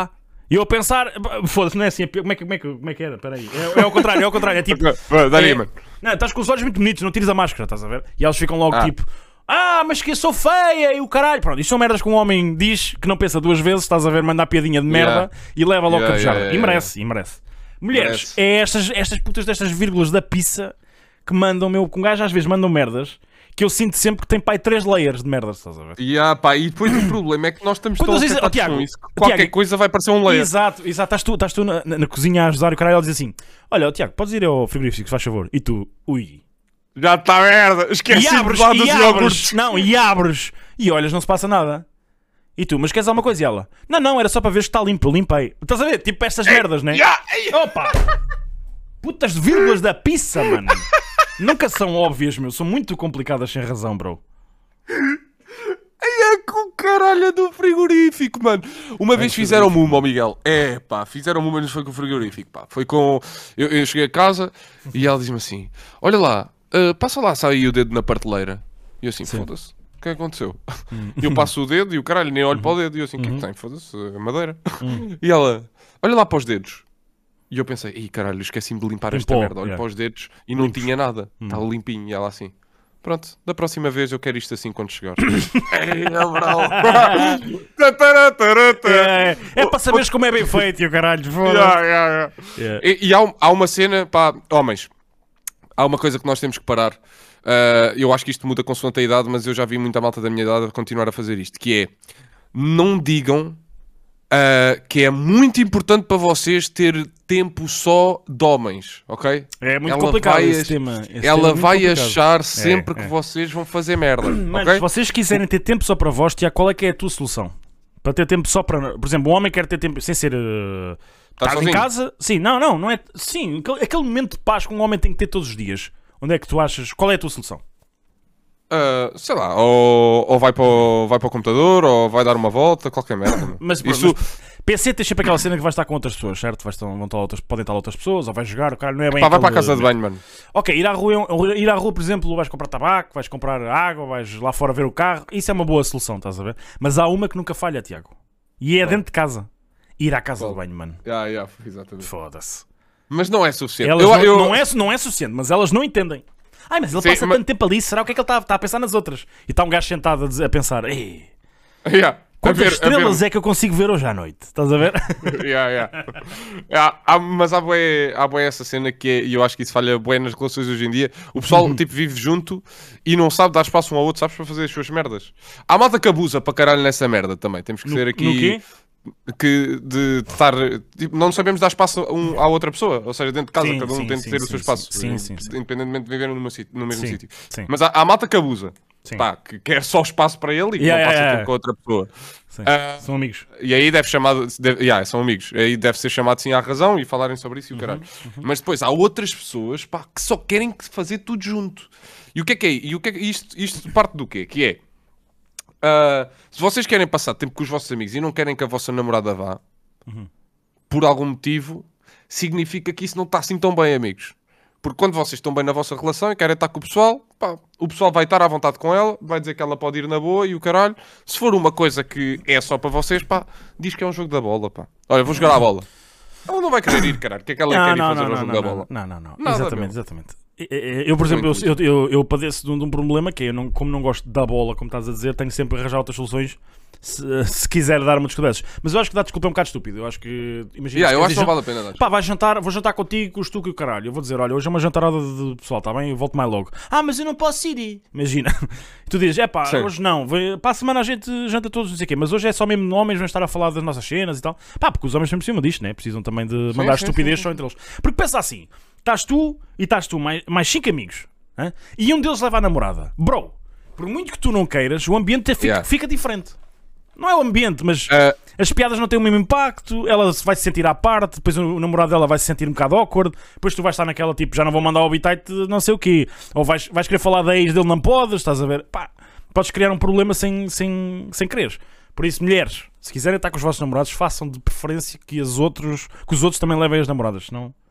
E eu a pensar, foda-se, não é assim, como é que era? Espera aí. É ao contrário, é tipo. Dá-lhe, mano. Não, estás com os olhos muito bonitos, não tires a máscara, estás a ver? E elas ficam logo tipo, mas que eu sou feia e o caralho. Pronto, isto são merdas que um homem diz que não pensa duas vezes, estás a ver, manda a piadinha de merda e leva logo a puxada. E merece. Mulheres, é estas putas destas vírgulas da pizza que mandam, com um gajo às vezes mandam merdas. Que eu sinto sempre que tem, pá, 3 layers de merda, estás a ver? E depois o problema é que nós estamos tão afetados com isso que qualquer coisa vai parecer um layer. Exato, estás tu na cozinha a ajudar e o caralho, ela diz assim: olha, Tiago, podes ir ao frigorífico, se faz favor. E tu, ui. Já está merda, esqueci de lá dos iogurtes. E abres, e olhas, não se passa nada. E tu, mas queres alguma coisa? E ela, não, era só para ver se está limpo, eu limpei. Estás a ver? Tipo estas merdas, né? Opa! Putas de vírgulas da pizza, mano. Nunca são óbvias, meu. São muito complicadas sem razão, bro. É com caralho do frigorífico, mano. Uma vez fizeram-me uma, Miguel. Fizeram-me uma, mas foi com o frigorífico, pá. Foi com... Eu cheguei a casa e ela diz-me assim, olha lá, passa lá, sai o dedo na prateleira. E eu assim, foda-se. O que é que aconteceu? Eu passo o dedo e o caralho nem olho para o dedo. E eu assim, o que é que tem? Foda-se, madeira. E ela, olha lá para os dedos. E eu pensei, caralho, esqueci-me de limpar esta merda. Olho para os dedos e não tinha nada. Estava limpinho. E ela assim, pronto, da próxima vez eu quero isto assim quando chegar. É para saberes como é bem feito, o caralho. E há uma cena, pá, homens, há uma coisa que nós temos que parar. Eu acho que isto muda consoante a idade, mas eu já vi muita malta da minha idade a continuar a fazer isto, que é, não digam que é muito importante para vocês ter tempo só de homens, ok? É muito complicado esse tema. Ela vai achar sempre que vocês vão fazer merda. Mas okay? se vocês quiserem ter tempo só para vós, Tiago, qual é que é a tua solução? Para ter tempo só para... Por exemplo, um homem quer ter tempo sem ser... Estar em casa? Sim, não é... Sim, aquele momento de paz que um homem tem que ter todos os dias. Onde é que tu achas... Qual é a tua solução? Sei lá, ou vai para o computador, ou vai dar uma volta, qualquer merda. Mas PC tens sempre aquela cena que vais estar com outras pessoas, certo? Podem estar outras pessoas, ou vais jogar, o cara não é bem. Vai para a casa de banho, mano. Ok, ir à rua, por exemplo, vais comprar tabaco, vais comprar água, vais lá fora ver o carro, isso é uma boa solução, estás a ver? Mas há uma que nunca falha, Tiago, e é dentro de casa: ir à casa de banho, mano. Exatamente. Foda-se. Mas não é suficiente. Não é suficiente, mas elas não entendem. Mas ele passa tanto tempo ali, será o que é que ele está a pensar nas outras? E está um gajo sentado a pensar: quantas estrelas é que eu consigo ver hoje à noite? Estás a ver? Mas há bué essa cena que é, e eu acho que isso falha bué nas relações hoje em dia. O pessoal tipo vive junto e não sabe dar espaço um ao outro, sabes, para fazer as suas merdas. Há malta que abusa para caralho nessa merda também. Temos que ser aqui... No quê? Que de estar... Tipo, não sabemos dar espaço à outra pessoa. Ou seja, dentro de casa, cada um tem de ter o seu espaço. Independentemente de viver no mesmo sítio. Mas há malta que abusa. Pá, que quer só espaço para ele e que não passa tempo com a outra pessoa. São amigos. E aí são amigos. Aí deve ser chamado sim à razão e falarem sobre isso e o caralho. Mas depois há outras pessoas, pá, que só querem fazer tudo junto. E o que é que é? Isto parte do quê? Que é... se vocês querem passar tempo com os vossos amigos e não querem que a vossa namorada vá, por algum motivo, significa que isso não está assim tão bem, amigos. Porque quando vocês estão bem na vossa relação e querem estar com o pessoal, pá, o pessoal vai estar à vontade com ela, vai dizer que ela pode ir na boa e o caralho. Se for uma coisa que é só para vocês, pá, diz que é um jogo da bola, pá. Olha, vou jogar a bola. Ela não vai querer ir, caralho. O que é que ela quer ir fazer ao jogo da bola? Não. Exatamente. Eu, por exemplo, eu padeço de um problema que é, como não gosto da bola, como estás a dizer, tenho sempre a arranjar outras soluções se quiser dar uma desculpa dessas. Mas eu acho que dar desculpa é um bocado estúpido. Eu acho que... Imagina, eu acho que não vale a pena dar. Pá, vou jantar contigo com o Stuco e o caralho. Eu vou dizer, olha, hoje é uma jantarada de pessoal, está bem? Eu volto mais logo. Mas eu não posso ir. Imagina. E tu dizes, hoje não. Para a semana a gente janta todos, não sei o quê. Mas hoje é só mesmo homens, vamos estar a falar das nossas cenas e tal. Pá, porque os homens estão por cima disto, né? Precisam também de mandar estupidez só entre eles. Porque pensa assim, estás tu mais 5 amigos, hein? E um deles leva a namorada. Bro, por muito que tu não queiras, o ambiente fica diferente. Não é o ambiente, mas as piadas não têm o mesmo impacto, ela vai se sentir à parte, depois o namorado dela vai se sentir um bocado awkward, depois tu vais estar naquela tipo, já não vou mandar o bitite não sei o quê, ou vais querer falar da ex dele, não podes, estás a ver? Pá, podes criar um problema sem quereres. Por isso, mulheres, se quiserem estar com os vossos namorados, façam de preferência que os outros também levem as namoradas, senão...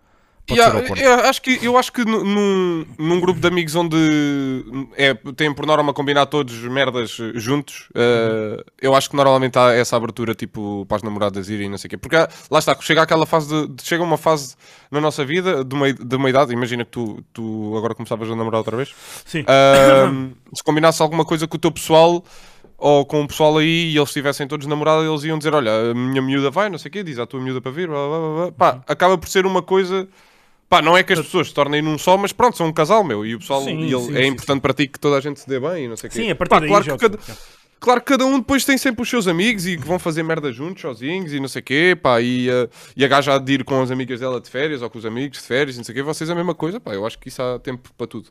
Pode ser awkward. Eu acho que num grupo de amigos onde têm por norma combinar todos merdas juntos, eu acho que normalmente há essa abertura tipo para as namoradas irem e não sei o quê. Porque lá está, chega aquela fase chega uma fase na nossa vida de uma idade, imagina que tu agora começavas a namorar outra vez. Sim. Se combinasse alguma coisa com o teu pessoal ou com o pessoal aí e eles estivessem todos namorados, eles iam dizer, olha, a minha miúda vai, não sei o quê, diz à tua miúda para vir, blá, blá, blá. Pá, acaba por ser uma coisa... Pá, não é que as pessoas se tornem num só, mas pronto, são um casal, meu, e o pessoal, é importante para ti que toda a gente se dê bem e não sei o quê. Sim, a partir daí claro que cada um depois tem sempre os seus amigos e que vão fazer merda juntos, sozinhos e não sei o quê, pá, e a gaja há de ir com as amigas dela de férias ou com os amigos de férias e não sei o quê, vocês a mesma coisa, pá, eu acho que isso há tempo para tudo.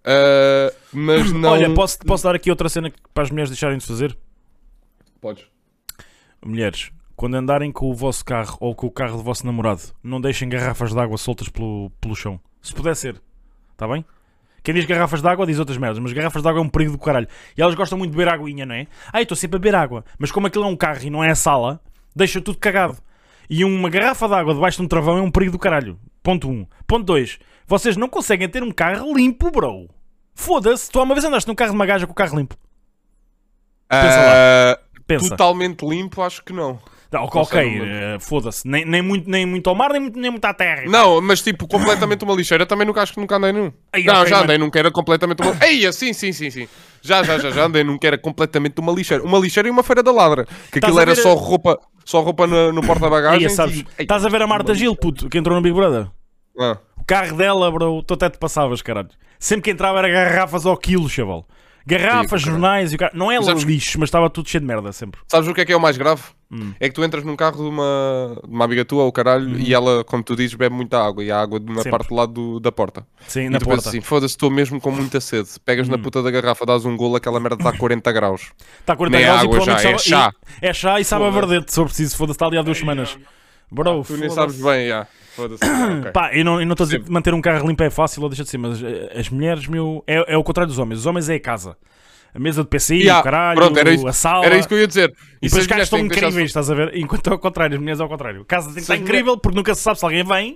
Mas não... Olha, posso dar aqui outra cena para as mulheres deixarem de fazer? Podes. Mulheres, quando andarem com o vosso carro ou com o carro do vosso namorado, não deixem garrafas de água soltas pelo chão. Se puder ser, está bem? Quem diz garrafas de água diz outras merdas, mas garrafas de água é um perigo do caralho. E elas gostam muito de beber aguinha, não é? Eu estou sempre a beber água. Mas como aquilo é um carro e não é a sala, deixa tudo cagado. E uma garrafa de água debaixo de um travão é um perigo do caralho. Ponto 1. Ponto 2. Vocês não conseguem ter um carro limpo, bro. Foda-se. Tu uma vez andaste num carro de uma gaja com o carro limpo? Pensa lá. Pensa. Totalmente limpo, acho que não. Ok, foda-se. Nem muito ao mar, nem muito à terra. Não, mas tipo, completamente uma lixeira, também acho que nunca andei num. Já andei num que era completamente uma... sim. Já andei num que era completamente uma lixeira. Uma lixeira e uma feira da ladra. Que aquilo era só roupa no porta-bagagens. Estás a ver a Marta Gil, puto, que entrou no Big Brother? O carro dela, bro, tu até te passavas, caralho. Sempre que entrava era garrafas ao quilo, chaval. Garrafas, jornais e o carro. Não é lixo, mas estava tudo cheio de merda sempre. Sabes o que é o mais grave? É que tu entras num carro de uma amiga tua, o caralho, e ela, como tu dizes, bebe muita água. E a água na parte do lado da porta. Sim, e na tu porta. pensas assim, foda-se, estou mesmo com muita sede. Pegas na puta da garrafa, dás um golo, aquela merda está a 40 graus. Está a 40 nem graus água, e provavelmente é chá. É chá e sabe a verdete, se for preciso. Foda-se, está ali há 2 semanas. Bro, tu nem sabes bem, foda-se. Okay. Pá, eu não estou a dizer que manter um carro limpo é fácil ou deixa de ser, mas as mulheres, meu, é o contrário dos homens. Os homens é a casa. A mesa de PC, o caralho, pronto, a sala. Era isso que eu ia dizer. E depois os carros estão incríveis, estás a ver? Enquanto é ao contrário, as mulheres é ao contrário. A casa tem que estar incrível porque nunca se sabe se alguém vem.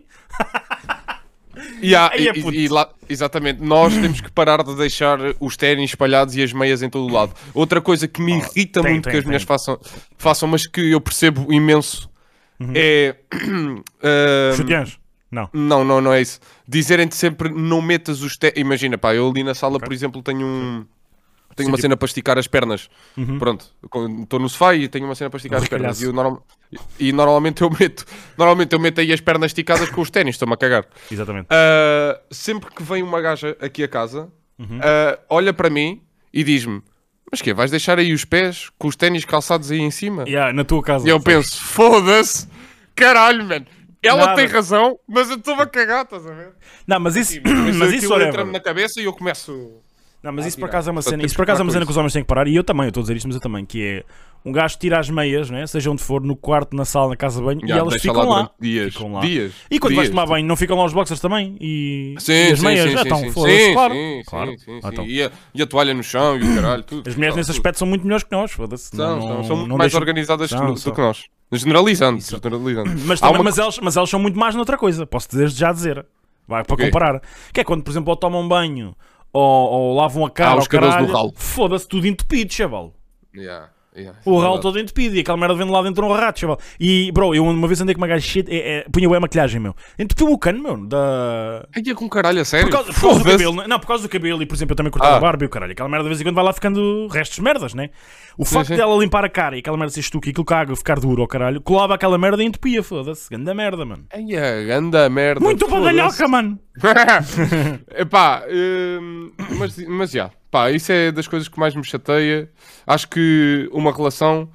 Exatamente, nós temos que parar de deixar os ténis espalhados e as meias em todo o lado. Outra coisa que me irrita muito que as mulheres façam, mas que eu percebo imenso, é... Chutiãs? Não. Não é isso. Dizerem-te sempre, não metas os ténis... Imagina, pá, eu ali na sala, por exemplo, tenho uma cena para esticar as pernas. Pronto, estou no sofá e tenho uma cena para esticar as pernas. E normalmente eu meto aí as pernas esticadas com os ténis, estou-me a cagar. Exatamente. Sempre que vem uma gaja aqui a casa, olha para mim e diz-me, mas que vais deixar aí os pés com os ténis calçados aí em cima? Na tua casa. E eu penso, foda-se, caralho, mano. Ela tem razão, mas eu estou-me a cagar, estás a ver? Não, mas isso entra-me na cabeça e eu começo... Não, mas isso por acaso é uma cena. Isso por acaso é uma cena que os homens têm que parar. E eu também, eu estou a dizer isto, mas eu também. Que é um gajo tira as meias, né? Seja onde for, no quarto, na sala, na casa de banho, e elas ficam lá. Dias. E quando vais tomar banho, não ficam lá os boxers também? E as meias já estão, foda-se, claro. E a toalha no chão e o caralho, tudo. As mulheres nesse aspecto são muito melhores que nós, foda-se. São muito mais organizadas do que nós. Generalizando. Mas elas são muito mais noutra coisa. Posso já dizer. Vai, para comparar. Que é quando, por exemplo, ou tomam um banho ou lavam a cara, os cabelos do ralo. Foda-se, tudo entupido, chaval. O ralo todo entupido e aquela merda vem lá dentro de um rato, chaval. E, bro, eu uma vez andei com uma gaja shit, punha bem a maquilhagem, meu. Entupiu o cano, meu, da... Ai, com caralho, a sério? Por causa do cabelo, não, por causa do cabelo e, por exemplo, eu também cortava a barba e o caralho. Aquela merda de vez em quando vai lá ficando restos de merdas, né? O facto dela limpar a cara e aquela merda ser estuque e aquilo com a água ficar duro, ao caralho, colava aquela merda e entupia, foda-se. Ganda merda, mano. Ai, ganda merda. Muito badalhoca, mano. Epá, mas já. Pá, isso é das coisas que mais me chateia. Acho que uma relação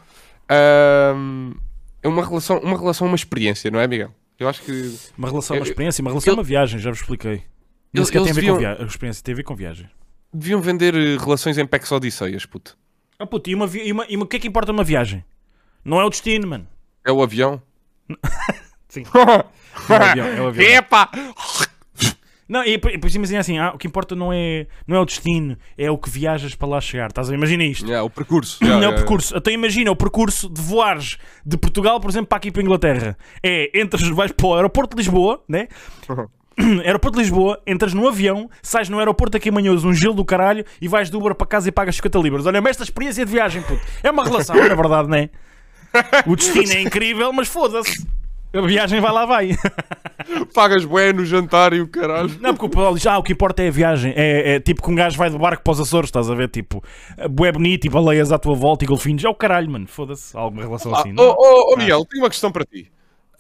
é uma relação, uma experiência, não é, Miguel? Eu acho que... Uma relação é uma experiência, uma relação é uma viagem, já vos expliquei. Isso tem a ver com a experiência, tem a ver com viagem. Deviam vender relações em packs odisseias, puto. Puto, e o que é que importa uma viagem? Não é o destino, mano. É o avião? Sim. É o avião. Epa! Não, e depois imagina assim, o que importa não é o destino, é o que viajas para lá chegar. Estás a ver? Imagina isto. O percurso. O percurso. Então imagina o percurso de voares de Portugal, por exemplo, para aqui para a Inglaterra. Vais para o aeroporto de Lisboa, né? aeroporto de Lisboa, entras no avião, sais no aeroporto aqui em Manhoso, um gelo do caralho, e vais de Uber para casa e pagas 50 libras. Olha-me esta experiência de viagem, puto. É uma relação, na verdade, não é? O destino é incrível, mas foda-se. A viagem vai lá, vai. Pagas bué no jantar e o caralho. Não, porque o pessoal diz, o que importa é a viagem. É tipo que um gajo vai do barco para os Açores, estás a ver? Tipo, bué bonito e baleias à tua volta e golfinhos. É o caralho, mano. Foda-se. Há alguma relação assim, não? Miguel, tenho uma questão para ti.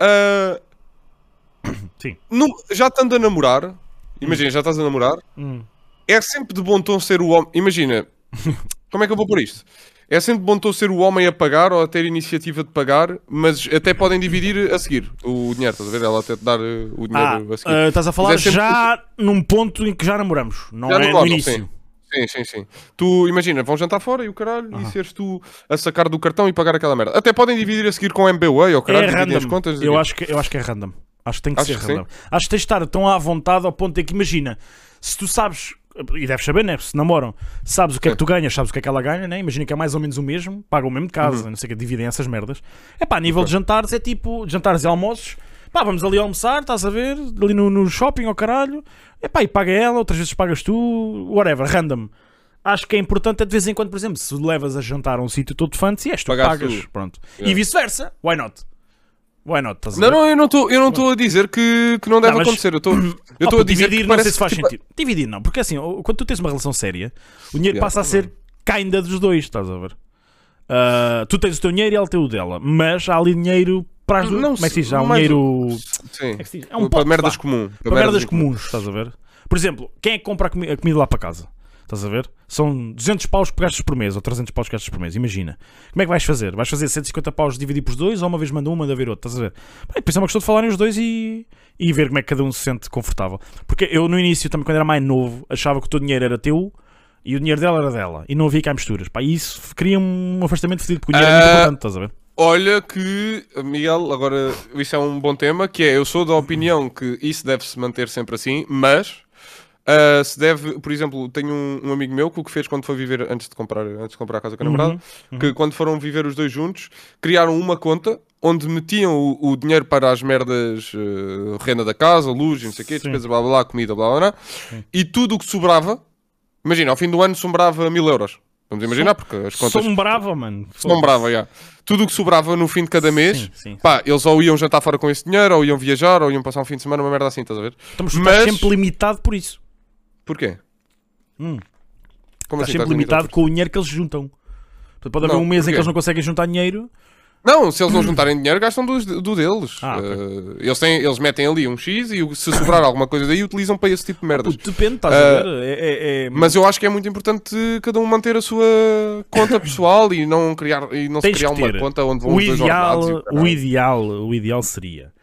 Sim. Já estando a namorar, imagina, já estás a namorar, é sempre de bom tom ser o homem. Imagina, como é que eu vou pôr isto? É sempre de bom tom ser o homem a pagar ou a ter iniciativa de pagar, mas até podem dividir a seguir o dinheiro, estás a ver? Ela até te dar o dinheiro a seguir. Estás a falar já num ponto em que já namoramos, não já é no início. Sim. Tu, imagina, vão jantar fora e o caralho, e seres tu a sacar do cartão e pagar aquela merda. Até podem dividir a seguir com MBWay ou caralho, dividir as contas. Eu acho que é random. Acho que tem que ser random. Acho que tens de estar tão à vontade ao ponto de que, imagina, se tu sabes, e deves saber, né? Se namoram, sabes o que é que tu ganhas, sabes o que é que ela ganha, né? Imagina que é mais ou menos o mesmo, pagam o mesmo de casa, não sei o que, dividem essas merdas. É pá, a nível de jantares, é tipo, jantares e almoços, pá, vamos ali almoçar, estás a ver, ali no shopping ao caralho, é pá, e paga ela, outras vezes pagas tu, whatever, random. Acho que é importante, de vez em quando, por exemplo, se levas a jantar a um sítio todo fancy, és tu pagas, pronto. E vice-versa, why not? Why not? Não, eu não estou a dizer que não deve acontecer. Eu estou a dizer dividir, que não sei se faz sentido. Dividir não, porque assim, quando tu tens uma relação séria, o dinheiro passa a ser kinda dos dois, estás a ver? Tu tens o teu dinheiro e ela tem o dela, mas há ali dinheiro para as duas. Como é que se diz? Há um dinheiro. Sim. É um para merdas comuns. Para merdas comuns, estás a ver? Por exemplo, quem é que compra a comida lá para casa? Estás a ver? São 200 paus que gastas por mês ou 300 paus que gastas por mês, imagina. Como é que vais fazer? Vais fazer 150 paus dividir por dois ou uma vez manda um, manda ver outro? Estás a ver? Depois é uma questão de falarem os dois e ver como é que cada um se sente confortável. Porque eu no início, também quando era mais novo, achava que o teu dinheiro era teu e o dinheiro dela era dela. E não havia cá misturas. E isso cria um afastamento fedido, porque o dinheiro é muito importante, estás a ver? Olha que, Miguel, agora isso é um bom tema, que é, eu sou da opinião que isso deve-se manter sempre assim, mas... se deve, por exemplo, tenho um amigo meu que o que fez quando foi viver, antes de comprar a casa com a namorada, que quando foram viver os dois juntos, criaram uma conta onde metiam o dinheiro para as merdas, renda da casa, luz, não sei o quê, despesa, blá blá, comida, blá blá, e tudo o que sobrava, imagina, ao fim do ano sombrava 1000 euros. Vamos imaginar, porque as contas... Sombrava, mano. Sombrava, já. Tudo o que sobrava no fim de cada mês, pá, eles ou iam jantar fora com esse dinheiro, ou iam viajar, ou iam passar um fim de semana, uma merda assim, estás a ver? Estamos sempre limitado por isso. Porquê? Como estás assim, sempre limitado com o dinheiro que eles juntam. Pode haver um mês em que eles não conseguem juntar dinheiro. Não, se eles não juntarem dinheiro, gastam do deles. Okay. Eles metem ali um X e se sobrar alguma coisa daí, utilizam para esse tipo de merdas. Depende, estás a ver? Mas eu acho que é muito importante cada um manter a sua conta pessoal e não se criar uma conta onde vão os dois ordenados. O ideal seria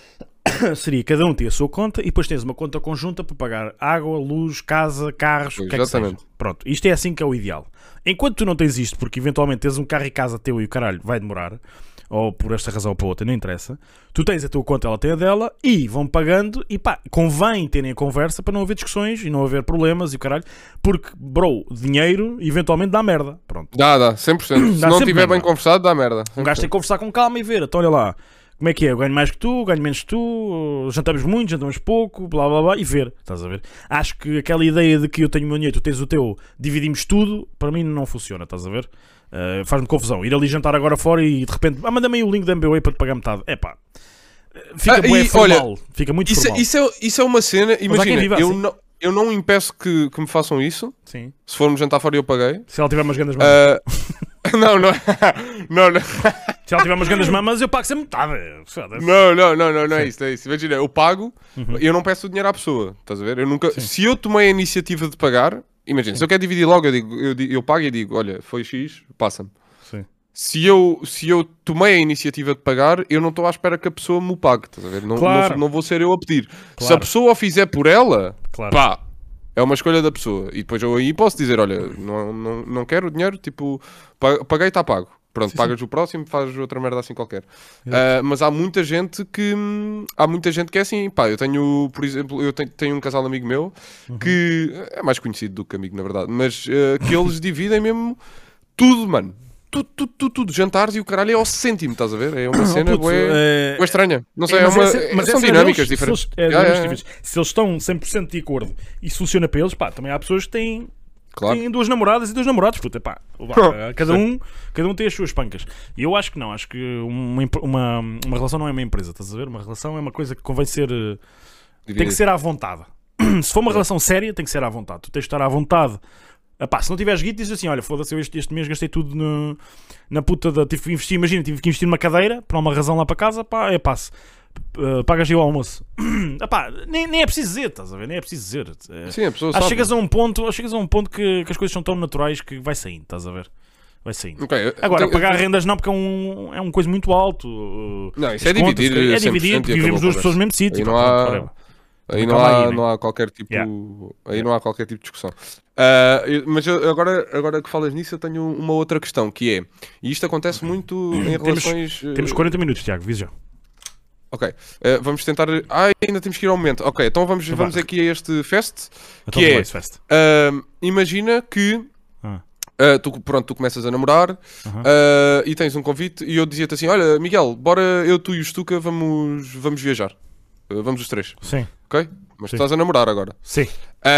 cada um ter a sua conta e depois tens uma conta conjunta para pagar água, luz, casa, carros, o que é que seja. Pronto, isto é assim que é o ideal. Enquanto tu não tens isto, porque eventualmente tens um carro e casa teu e o caralho vai demorar, ou por esta razão ou por outra, não interessa, tu tens a tua conta, ela tem a dela e vão pagando e pá, convém terem a conversa para não haver discussões e não haver problemas e o caralho, porque, bro, dinheiro eventualmente dá merda. Pronto. Dá, 100%. Se não estiver bem conversado, dá merda. 100%. Um gajo tem que conversar com calma e ver, então olha lá. Como é que é? Eu ganho mais que tu, ganho menos que tu, jantamos muito, jantamos pouco, blá blá blá, e ver, estás a ver? Acho que aquela ideia de que eu tenho o meu dinheiro, tu tens o teu, dividimos tudo, para mim não funciona, estás a ver? Faz-me confusão. Ir ali jantar agora fora e de repente, manda-me aí o link da MBWay para te pagar metade. É pá, fica bué formal, olha, fica muito formal. Isso é uma cena, imagina, eu não impeço que me façam isso. Sim. Se formos jantar fora e eu paguei. Se ela tiver umas grandes mamas. Não. Se ela tiver umas grandes mamas, eu pago sempre metade. Não é isso. Imagina, eu pago, eu não peço o dinheiro à pessoa. Estás a ver? Se eu tomei a iniciativa de pagar, imagina, se eu quero dividir logo, eu pago e digo, olha, foi X, passa-me. Sim. Se eu tomei a iniciativa de pagar, eu não estou à espera que a pessoa me pague. Estás a ver? Não vou ser eu a pedir. Claro. Se a pessoa o fizer por ela, pá, é uma escolha da pessoa. E depois eu aí posso dizer, olha, não quero o dinheiro, tipo, paguei, está pago. Pronto, pagas o próximo, fazes outra merda assim qualquer. Mas há muita gente que é assim. Pá, eu tenho, por exemplo, tenho um casal amigo meu que é mais conhecido do que amigo, na verdade, mas que eles dividem mesmo tudo, mano. tudo. Jantares e o caralho é ao cêntimo, estás a ver? É uma cena bué estranha. Não sei, são dinâmicas diferentes. Se eles estão 100% de acordo e se funciona para eles, pá, também há pessoas que têm duas namoradas e dois namorados, puta, pá. Cada um tem as suas pancas. E eu acho que não, acho que uma relação não é uma empresa, estás a ver? Uma relação é uma coisa que convém ser... tem que ser à vontade. Se for uma relação séria, tem que ser à vontade. Tu tens de estar à vontade. Epá, se não tiveres guito, dizes assim: olha, foda-se, eu este mês gastei tudo na puta da. Tive que investir, imagina, tive que investir numa cadeira, por uma razão lá para casa, pá, é passe. Pagas aí o almoço. Epá, nem é preciso dizer, estás a ver? Nem é preciso dizer. Sim, a pessoa sabe. Chegas a um ponto que as coisas são tão naturais que vai saindo, estás a ver? Vai saindo. Okay, agora, pagar rendas não, porque é um coisa muito alto. Não, isso é dividir. É dividir, porque vivemos duas pessoas no mesmo sítio. Aí não há qualquer tipo não há qualquer tipo de discussão. Mas agora que falas nisso, eu tenho uma outra questão, que é, e isto acontece muito em relações... Temos 40 minutos, Tiago, diz já. Ok, vamos tentar... ainda temos que ir ao momento. Ok, então vamos aqui a este fest, então que é... imagina que... tu começas a namorar e tens um convite e eu dizia-te assim: olha, Miguel, bora eu, tu e o Stuka vamos viajar. Vamos os três. Sim. Ok? Mas tu estás a namorar agora. Sim.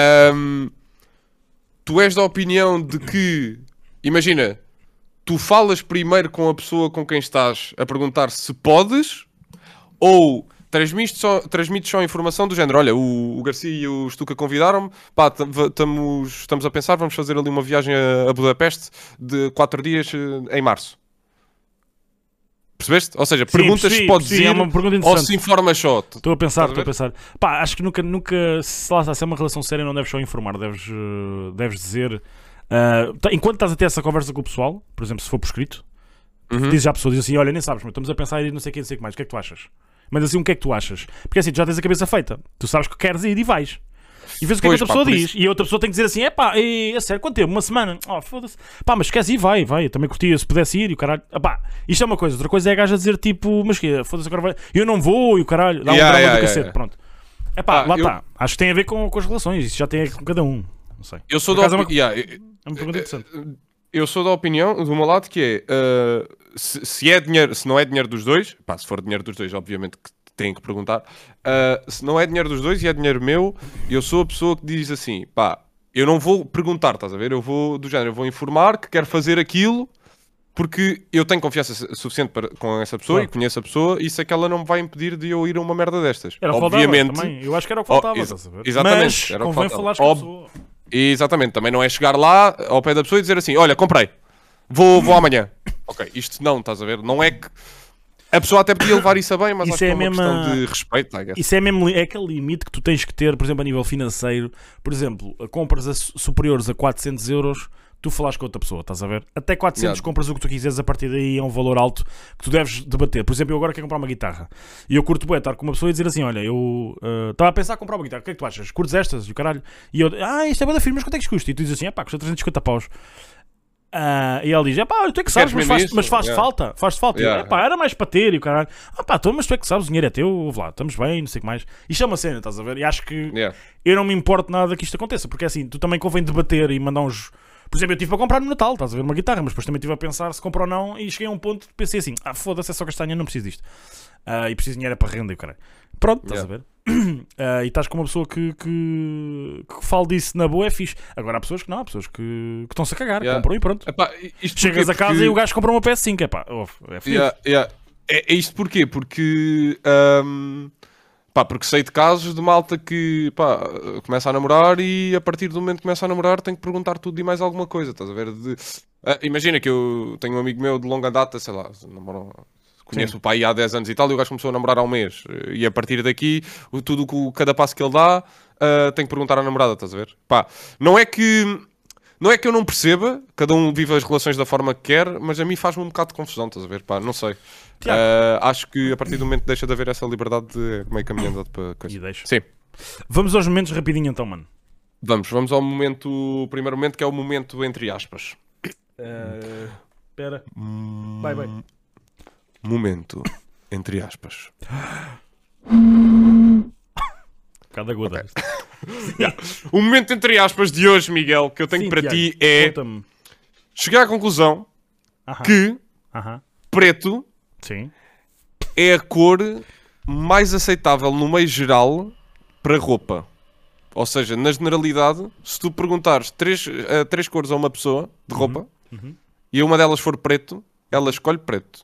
Tu és da opinião de que, imagina, tu falas primeiro com a pessoa com quem estás a perguntar se podes, ou transmites só informação do género: olha, o Garcia e o Stuka convidaram-me, pá, estamos a pensar, vamos fazer ali uma viagem a Budapeste de 4 dias em março. Percebeste? Ou seja, perguntas se podes ir ou se informas só. Estou a pensar. Pá, acho que nunca se é uma relação séria, não deves só informar, deves dizer... enquanto estás a ter essa conversa com o pessoal, por exemplo, se for por escrito, dizes à pessoa, diz assim: olha, nem sabes, mas estamos a pensar em ir não sei o que mais, o que é que tu achas? Mas assim, o que é que tu achas? Porque assim, tu já tens a cabeça feita, tu sabes que queres ir e vais. E vês o que é que a outra pessoa diz. E a outra pessoa tem que dizer assim: é sério, quanto tempo? Uma semana? Oh, foda-se. Pá, mas queres ir? Vai. Eu também curtia se pudesse ir e o caralho. Isto é uma coisa. Outra coisa é a gaja dizer tipo: mas que foda-se, agora vai. Eu não vou e o caralho. Dá um drama do cacete. Pronto. Lá está. Acho que tem a ver com as relações. Isso já tem a ver com cada um. Não sei. Eu sou da opinião. É uma pergunta interessante. Eu sou da opinião, do meu lado, que é: se não é dinheiro dos dois, pá, se for dinheiro dos dois, obviamente que têm que perguntar. Se não é dinheiro dos dois e é dinheiro meu, eu sou a pessoa que diz assim: pá, eu não vou perguntar, estás a ver? Eu vou do género, eu vou informar que quero fazer aquilo porque eu tenho confiança suficiente com essa pessoa, claro, e conheço a pessoa, e sei que ela não me vai impedir de eu ir a uma merda destas. Era obviamente também. Eu acho que era o que faltava, estás a ver? Exatamente. Mas era convém falar com a pessoa. Exatamente, também não é chegar lá ao pé da pessoa e dizer assim: olha, comprei, vou amanhã. Ok, isto não, estás a ver? Não é que a pessoa até podia levar isso a bem, mas isso acho que é uma questão de respeito. Isso é aquele limite que tu tens que ter, por exemplo, a nível financeiro. Por exemplo, compras superiores a 400 euros, tu falas com outra pessoa, estás a ver? Até 400 compras o que tu quiseres, a partir daí é um valor alto que tu deves debater. Por exemplo, eu agora quero comprar uma guitarra e eu curto estar com uma pessoa e dizer assim: olha, eu estava a pensar em comprar uma guitarra, o que é que tu achas? Curtes estas? E o caralho. E eu, isto é bué da firme, mas quanto é que isto custa? E tu dizes assim: custa 350 paus. E ele diz: tu é que sabes, mas faz-te falta. Faz-te falta. Era mais para ter. E o caralho: mas tu é que sabes, o dinheiro é teu, lá, estamos bem, não sei o que mais. Isto é uma cena, estás a ver? E acho que eu não me importo nada que isto aconteça, porque assim, tu também convém debater e mandar uns. Por exemplo, eu estive para comprar no Natal, estás a ver, uma guitarra, mas depois também estive a pensar se compro ou não, e cheguei a um ponto que pensei assim: foda-se, é só castanha, não preciso disto. E preciso de dinheiro para renda e o caralho. Pronto, estás a ver? E estás com uma pessoa que fala disso na boa, é fixe. Agora há pessoas que não, há pessoas que estão-se a cagar, compram e pronto. Chegas a casa e o gajo compra uma PS5, é fixe. É isto porquê? Porque porque sei de casos de malta que começa a namorar e a partir do momento que começa a namorar tem que perguntar tudo e mais alguma coisa, estás a ver? Imagina que eu tenho um amigo meu de longa data, sei lá, conheço o pai há 10 anos e tal, e o gajo começou a namorar há um mês, e a partir daqui cada passo que ele dá tem que perguntar à namorada, estás a ver? Não é que eu não perceba, cada um vive as relações da forma que quer, mas a mim faz-me um bocado de confusão, estás a ver? Não sei. Acho que a partir do momento deixa de haver essa liberdade de meio caminho andado para coisa. E deixa. Sim. Vamos aos momentos rapidinho então, mano. Vamos ao primeiro momento, que é o momento entre aspas. Espera. Vai. Momento entre aspas. Cada aguda. O momento entre aspas de hoje, Miguel, que eu tenho para ti é chegar à conclusão que preto Sim. é a cor mais aceitável no meio geral para roupa. Ou seja, na generalidade, se tu perguntares três cores a uma pessoa de roupa e uma delas for preto, ela escolhe preto.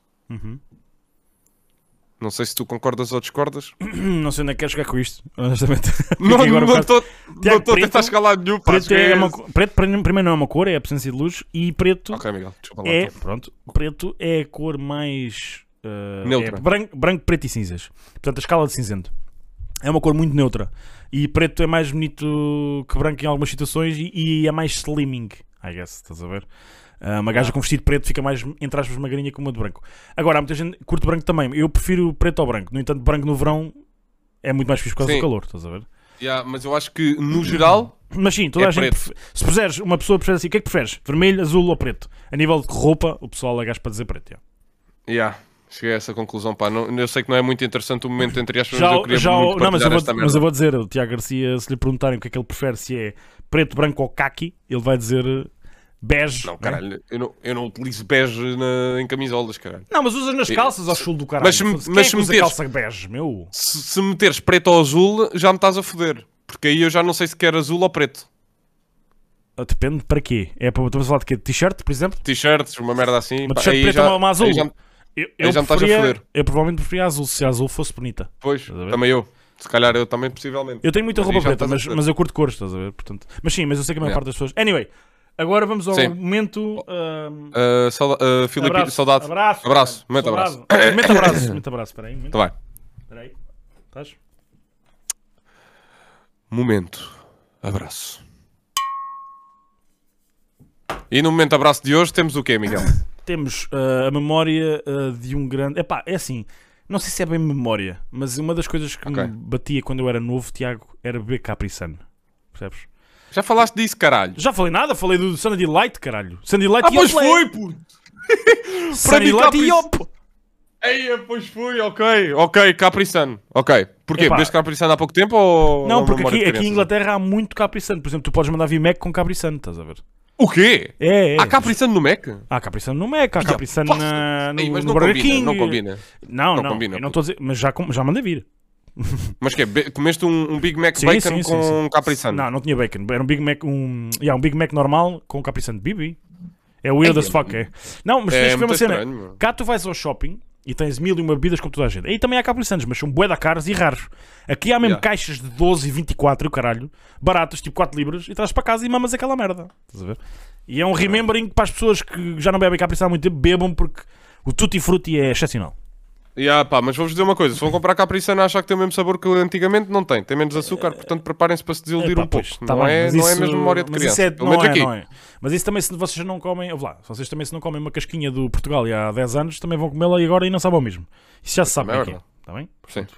Não sei se tu concordas ou discordas. Não sei onde é que queres chegar com isto, honestamente. Não estou a tentar escalar nenhum. Preto primeiro não é uma cor, é a presença de luz. E preto Miguel, desculpa lá, preto é a cor mais neutra. É branco, preto e cinzas. Portanto, a escala de cinzento é uma cor muito neutra. E preto é mais bonito que branco em algumas situações e é mais slimming, I guess, estás a ver? Uma gaja com vestido preto fica mais, entre aspas, magrinha que uma de branco. Agora, há muita gente curte branco também. Eu prefiro preto ao branco. No entanto, branco no verão é muito mais fixe por causa do calor, estás a ver? Mas eu acho que, no geral, mas sim, toda a gente se puseres, uma pessoa prefere assim, o que é que preferes? Vermelho, azul ou preto? A nível de roupa, o pessoal é gajo para dizer preto. Cheguei a essa conclusão, pá. Não, eu sei que não é muito interessante o momento entre aspas, mas eu queria muito partilhar esta merda. Mas eu vou dizer, o Tiago Garcia, se lhe perguntarem o que é que ele prefere, se é preto, branco ou caqui, ele vai dizer bege. Não, caralho, eu não utilizo bege em camisolas, caralho. Não, mas usas nas calças ao chulo do caralho. Mas se meteres calça bege, meu? Se meteres preto ou azul, já me estás a foder. Porque aí eu já não sei se quer azul ou preto. Depende para quê? Estamos a falar de quê? T-shirt, por exemplo? T-shirts, uma merda assim. Uma t-shirt preta ou uma azul? Eu já me estás a foder. Eu provavelmente preferia azul, se a azul fosse bonita. Pois, também eu. Se calhar eu também, possivelmente. Eu tenho muita roupa preta, mas eu curto cores, estás a ver? Portanto, mas sim, mas eu sei que a maior parte das pessoas... Anyway, agora vamos ao momento... Filipe, saudade. Abraço. Momento abraço. Momento abraço, espera aí. Tá bem. Espera aí. Estás? Momento abraço. E no momento abraço de hoje temos o quê, Miguel? Temos a memória de um grande... Epá, é assim, não sei se é bem memória, mas uma das coisas que me batia quando eu era novo, Tiago, era beber Capri Sun. Percebes? Já falaste disso, caralho? Já falei nada, falei do Sunny Light, caralho. Sunny Light pois foi, puto! Sunny Light e Yop! Pois foi, ok, Capri Sun. Ok, porquê? Bebeste Capri Sun há pouco tempo ou... Não, porque aqui em Inglaterra há muito Capri Sun. Por exemplo, tu podes mandar vir Mac com Capri Sun, estás a ver? O quê? É. Há Capri Sun no Mac? Há Capri Sun no Mac, há Capri Sun no Burger King. Não combina. Não combina. Eu não estou a dizer, mas já mandei vir. Mas que é? Comeste um Big Mac bacon com Capri Sun? Não tinha bacon. Era um Big Mac, um Big Mac normal com Capri Sun. Bibi. É weird as fuck, é. Não, mas tens que ver uma cena. Cá tu vais ao shopping e tens 1001 bebidas como toda a gente. Aí também há Capri Suns, mas são bué da caros e raros. Aqui há mesmo caixas de 12 e 24, o caralho, baratas, tipo 4 libras, e trazes para casa e mamas aquela merda. Estás a ver? E é um remembering para as pessoas que já não bebem Capri Sun há muito tempo, bebam porque o Tutti Frutti é excepcional. Mas vou-vos dizer uma coisa, se vão comprar Capri Sun achar que tem o mesmo sabor que antigamente, não tem menos açúcar, portanto preparem-se para se desiludir um pouco. Não é mesmo memória de criança, pelo menos aqui. Mas isso também, se vocês não comem, vocês também se não comem uma casquinha do Portugal há 10 anos, também vão comê-la e agora e não sabem o mesmo. Isso já se sabe aqui, está bem? Sim.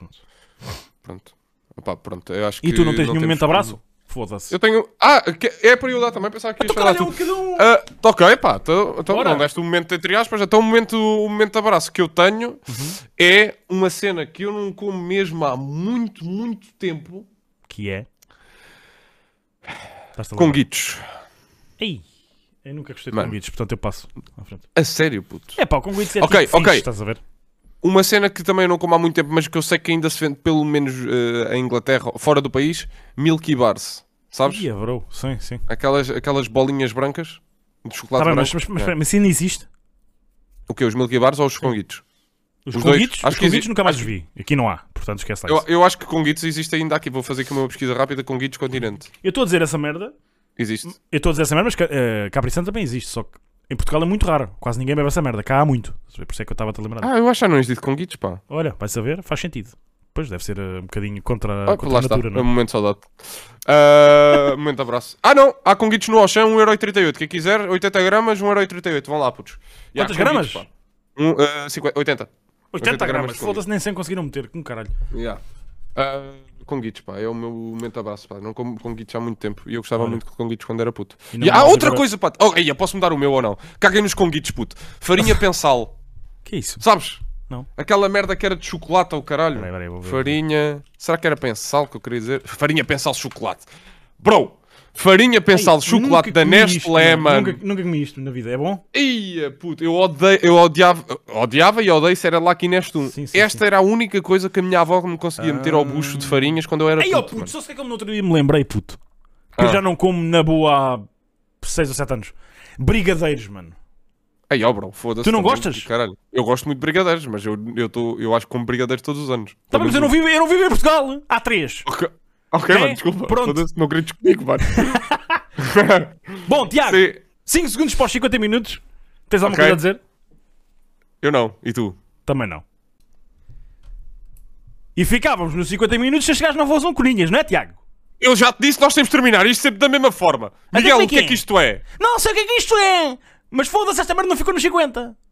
Pronto. Eu acho e tu não tens nenhum momento de abraço? Foda-se. Eu tenho... é para eu dar também, pensava que ia chegar lá tu. Ok, pá, então não deste um momento entre aspas, então o momento de abraço que eu tenho é uma cena que eu não como mesmo há muito, muito tempo. Que é? Conguitos. Ei, eu nunca gostei de conguitos, portanto eu passo à frente. A sério, puto? É pá, o conguitos é tipo fixe, estás a ver? Uma cena que também não como há muito tempo, mas que eu sei que ainda se vende, pelo menos em Inglaterra, fora do país, Milky Bars. Sabes? Bro. Sim. Aquelas bolinhas brancas de chocolate branco. Mas ainda existe? O quê? Os Milky Bars ou os conguitos? Os conguitos nunca mais os vi. Aqui não há, portanto esquece lá. Eu acho que conguitos existe ainda aqui. Vou fazer aqui uma pesquisa rápida. Conguitos Continente. Eu estou a dizer essa merda. Existe. Eu estou a dizer essa merda, mas Capri Sun também existe. Só que em Portugal é muito raro. Quase ninguém bebe essa merda. Cá há muito. Por isso é que eu estava-te a lembrar. Eu acho que não existe conguitos, pá. Olha, vai saber, faz sentido. Pois deve ser um bocadinho contra a natura, não é? Um momento de saudade. Momento de abraço. Não, há conguitos no Auchan, 1,38€. Quem quiser, 80 gramas, 1,38€. Vão lá, putos. Quantas gramas? 80. 80 gramas. Foda-se, nem sem conseguiram meter. Com caralho. Conguitos, pá. É o meu momento de abraço, pá. Não como conguitos há muito tempo. E eu gostava muito de conguitos quando era puto. Outra coisa, pá. Posso mudar o meu ou não? Caguem nos conguitos, puto. Farinha pensal. Que é isso? Sabes? Não. Aquela merda que era de chocolate ao caralho. Peraí, farinha... Será que era pensal que eu queria dizer? Farinha pensal chocolate. Bro! Farinha pensal de chocolate da Nestlé, mano. Nunca comi isto na vida, é bom? Ia, puto, eu odiava e odeio se era Lucky Nestum. Esta era a única coisa que a minha avó me conseguia meter ao bucho de farinhas quando eu era puto. Puto, só sei que eu no outro dia me lembrei, puto. Que eu já não como na boa há 6 ou 7 anos. Brigadeiros, mano. Aí, ó, bro, foda-se. Tu não gostas? Caralho. Eu gosto muito de brigadeiros, mas eu acho que como brigadeiros todos os anos. Tá, mas eu não vivo em Portugal. Há 3. Ok, mano, desculpa. Pronto. Não grites comigo, mano. Bom, Tiago, 5 segundos para os 50 minutos. Tens alguma coisa a dizer? Eu não. E tu? Também não. E ficávamos nos 50 minutos se chegares não fossem coninhas, não é, Tiago? Eu já te disse, nós temos de terminar isto sempre da mesma forma. Miguel, o que é que isto é? Não sei o que é que isto é. Mas foda-se, esta merda não ficou nos 50.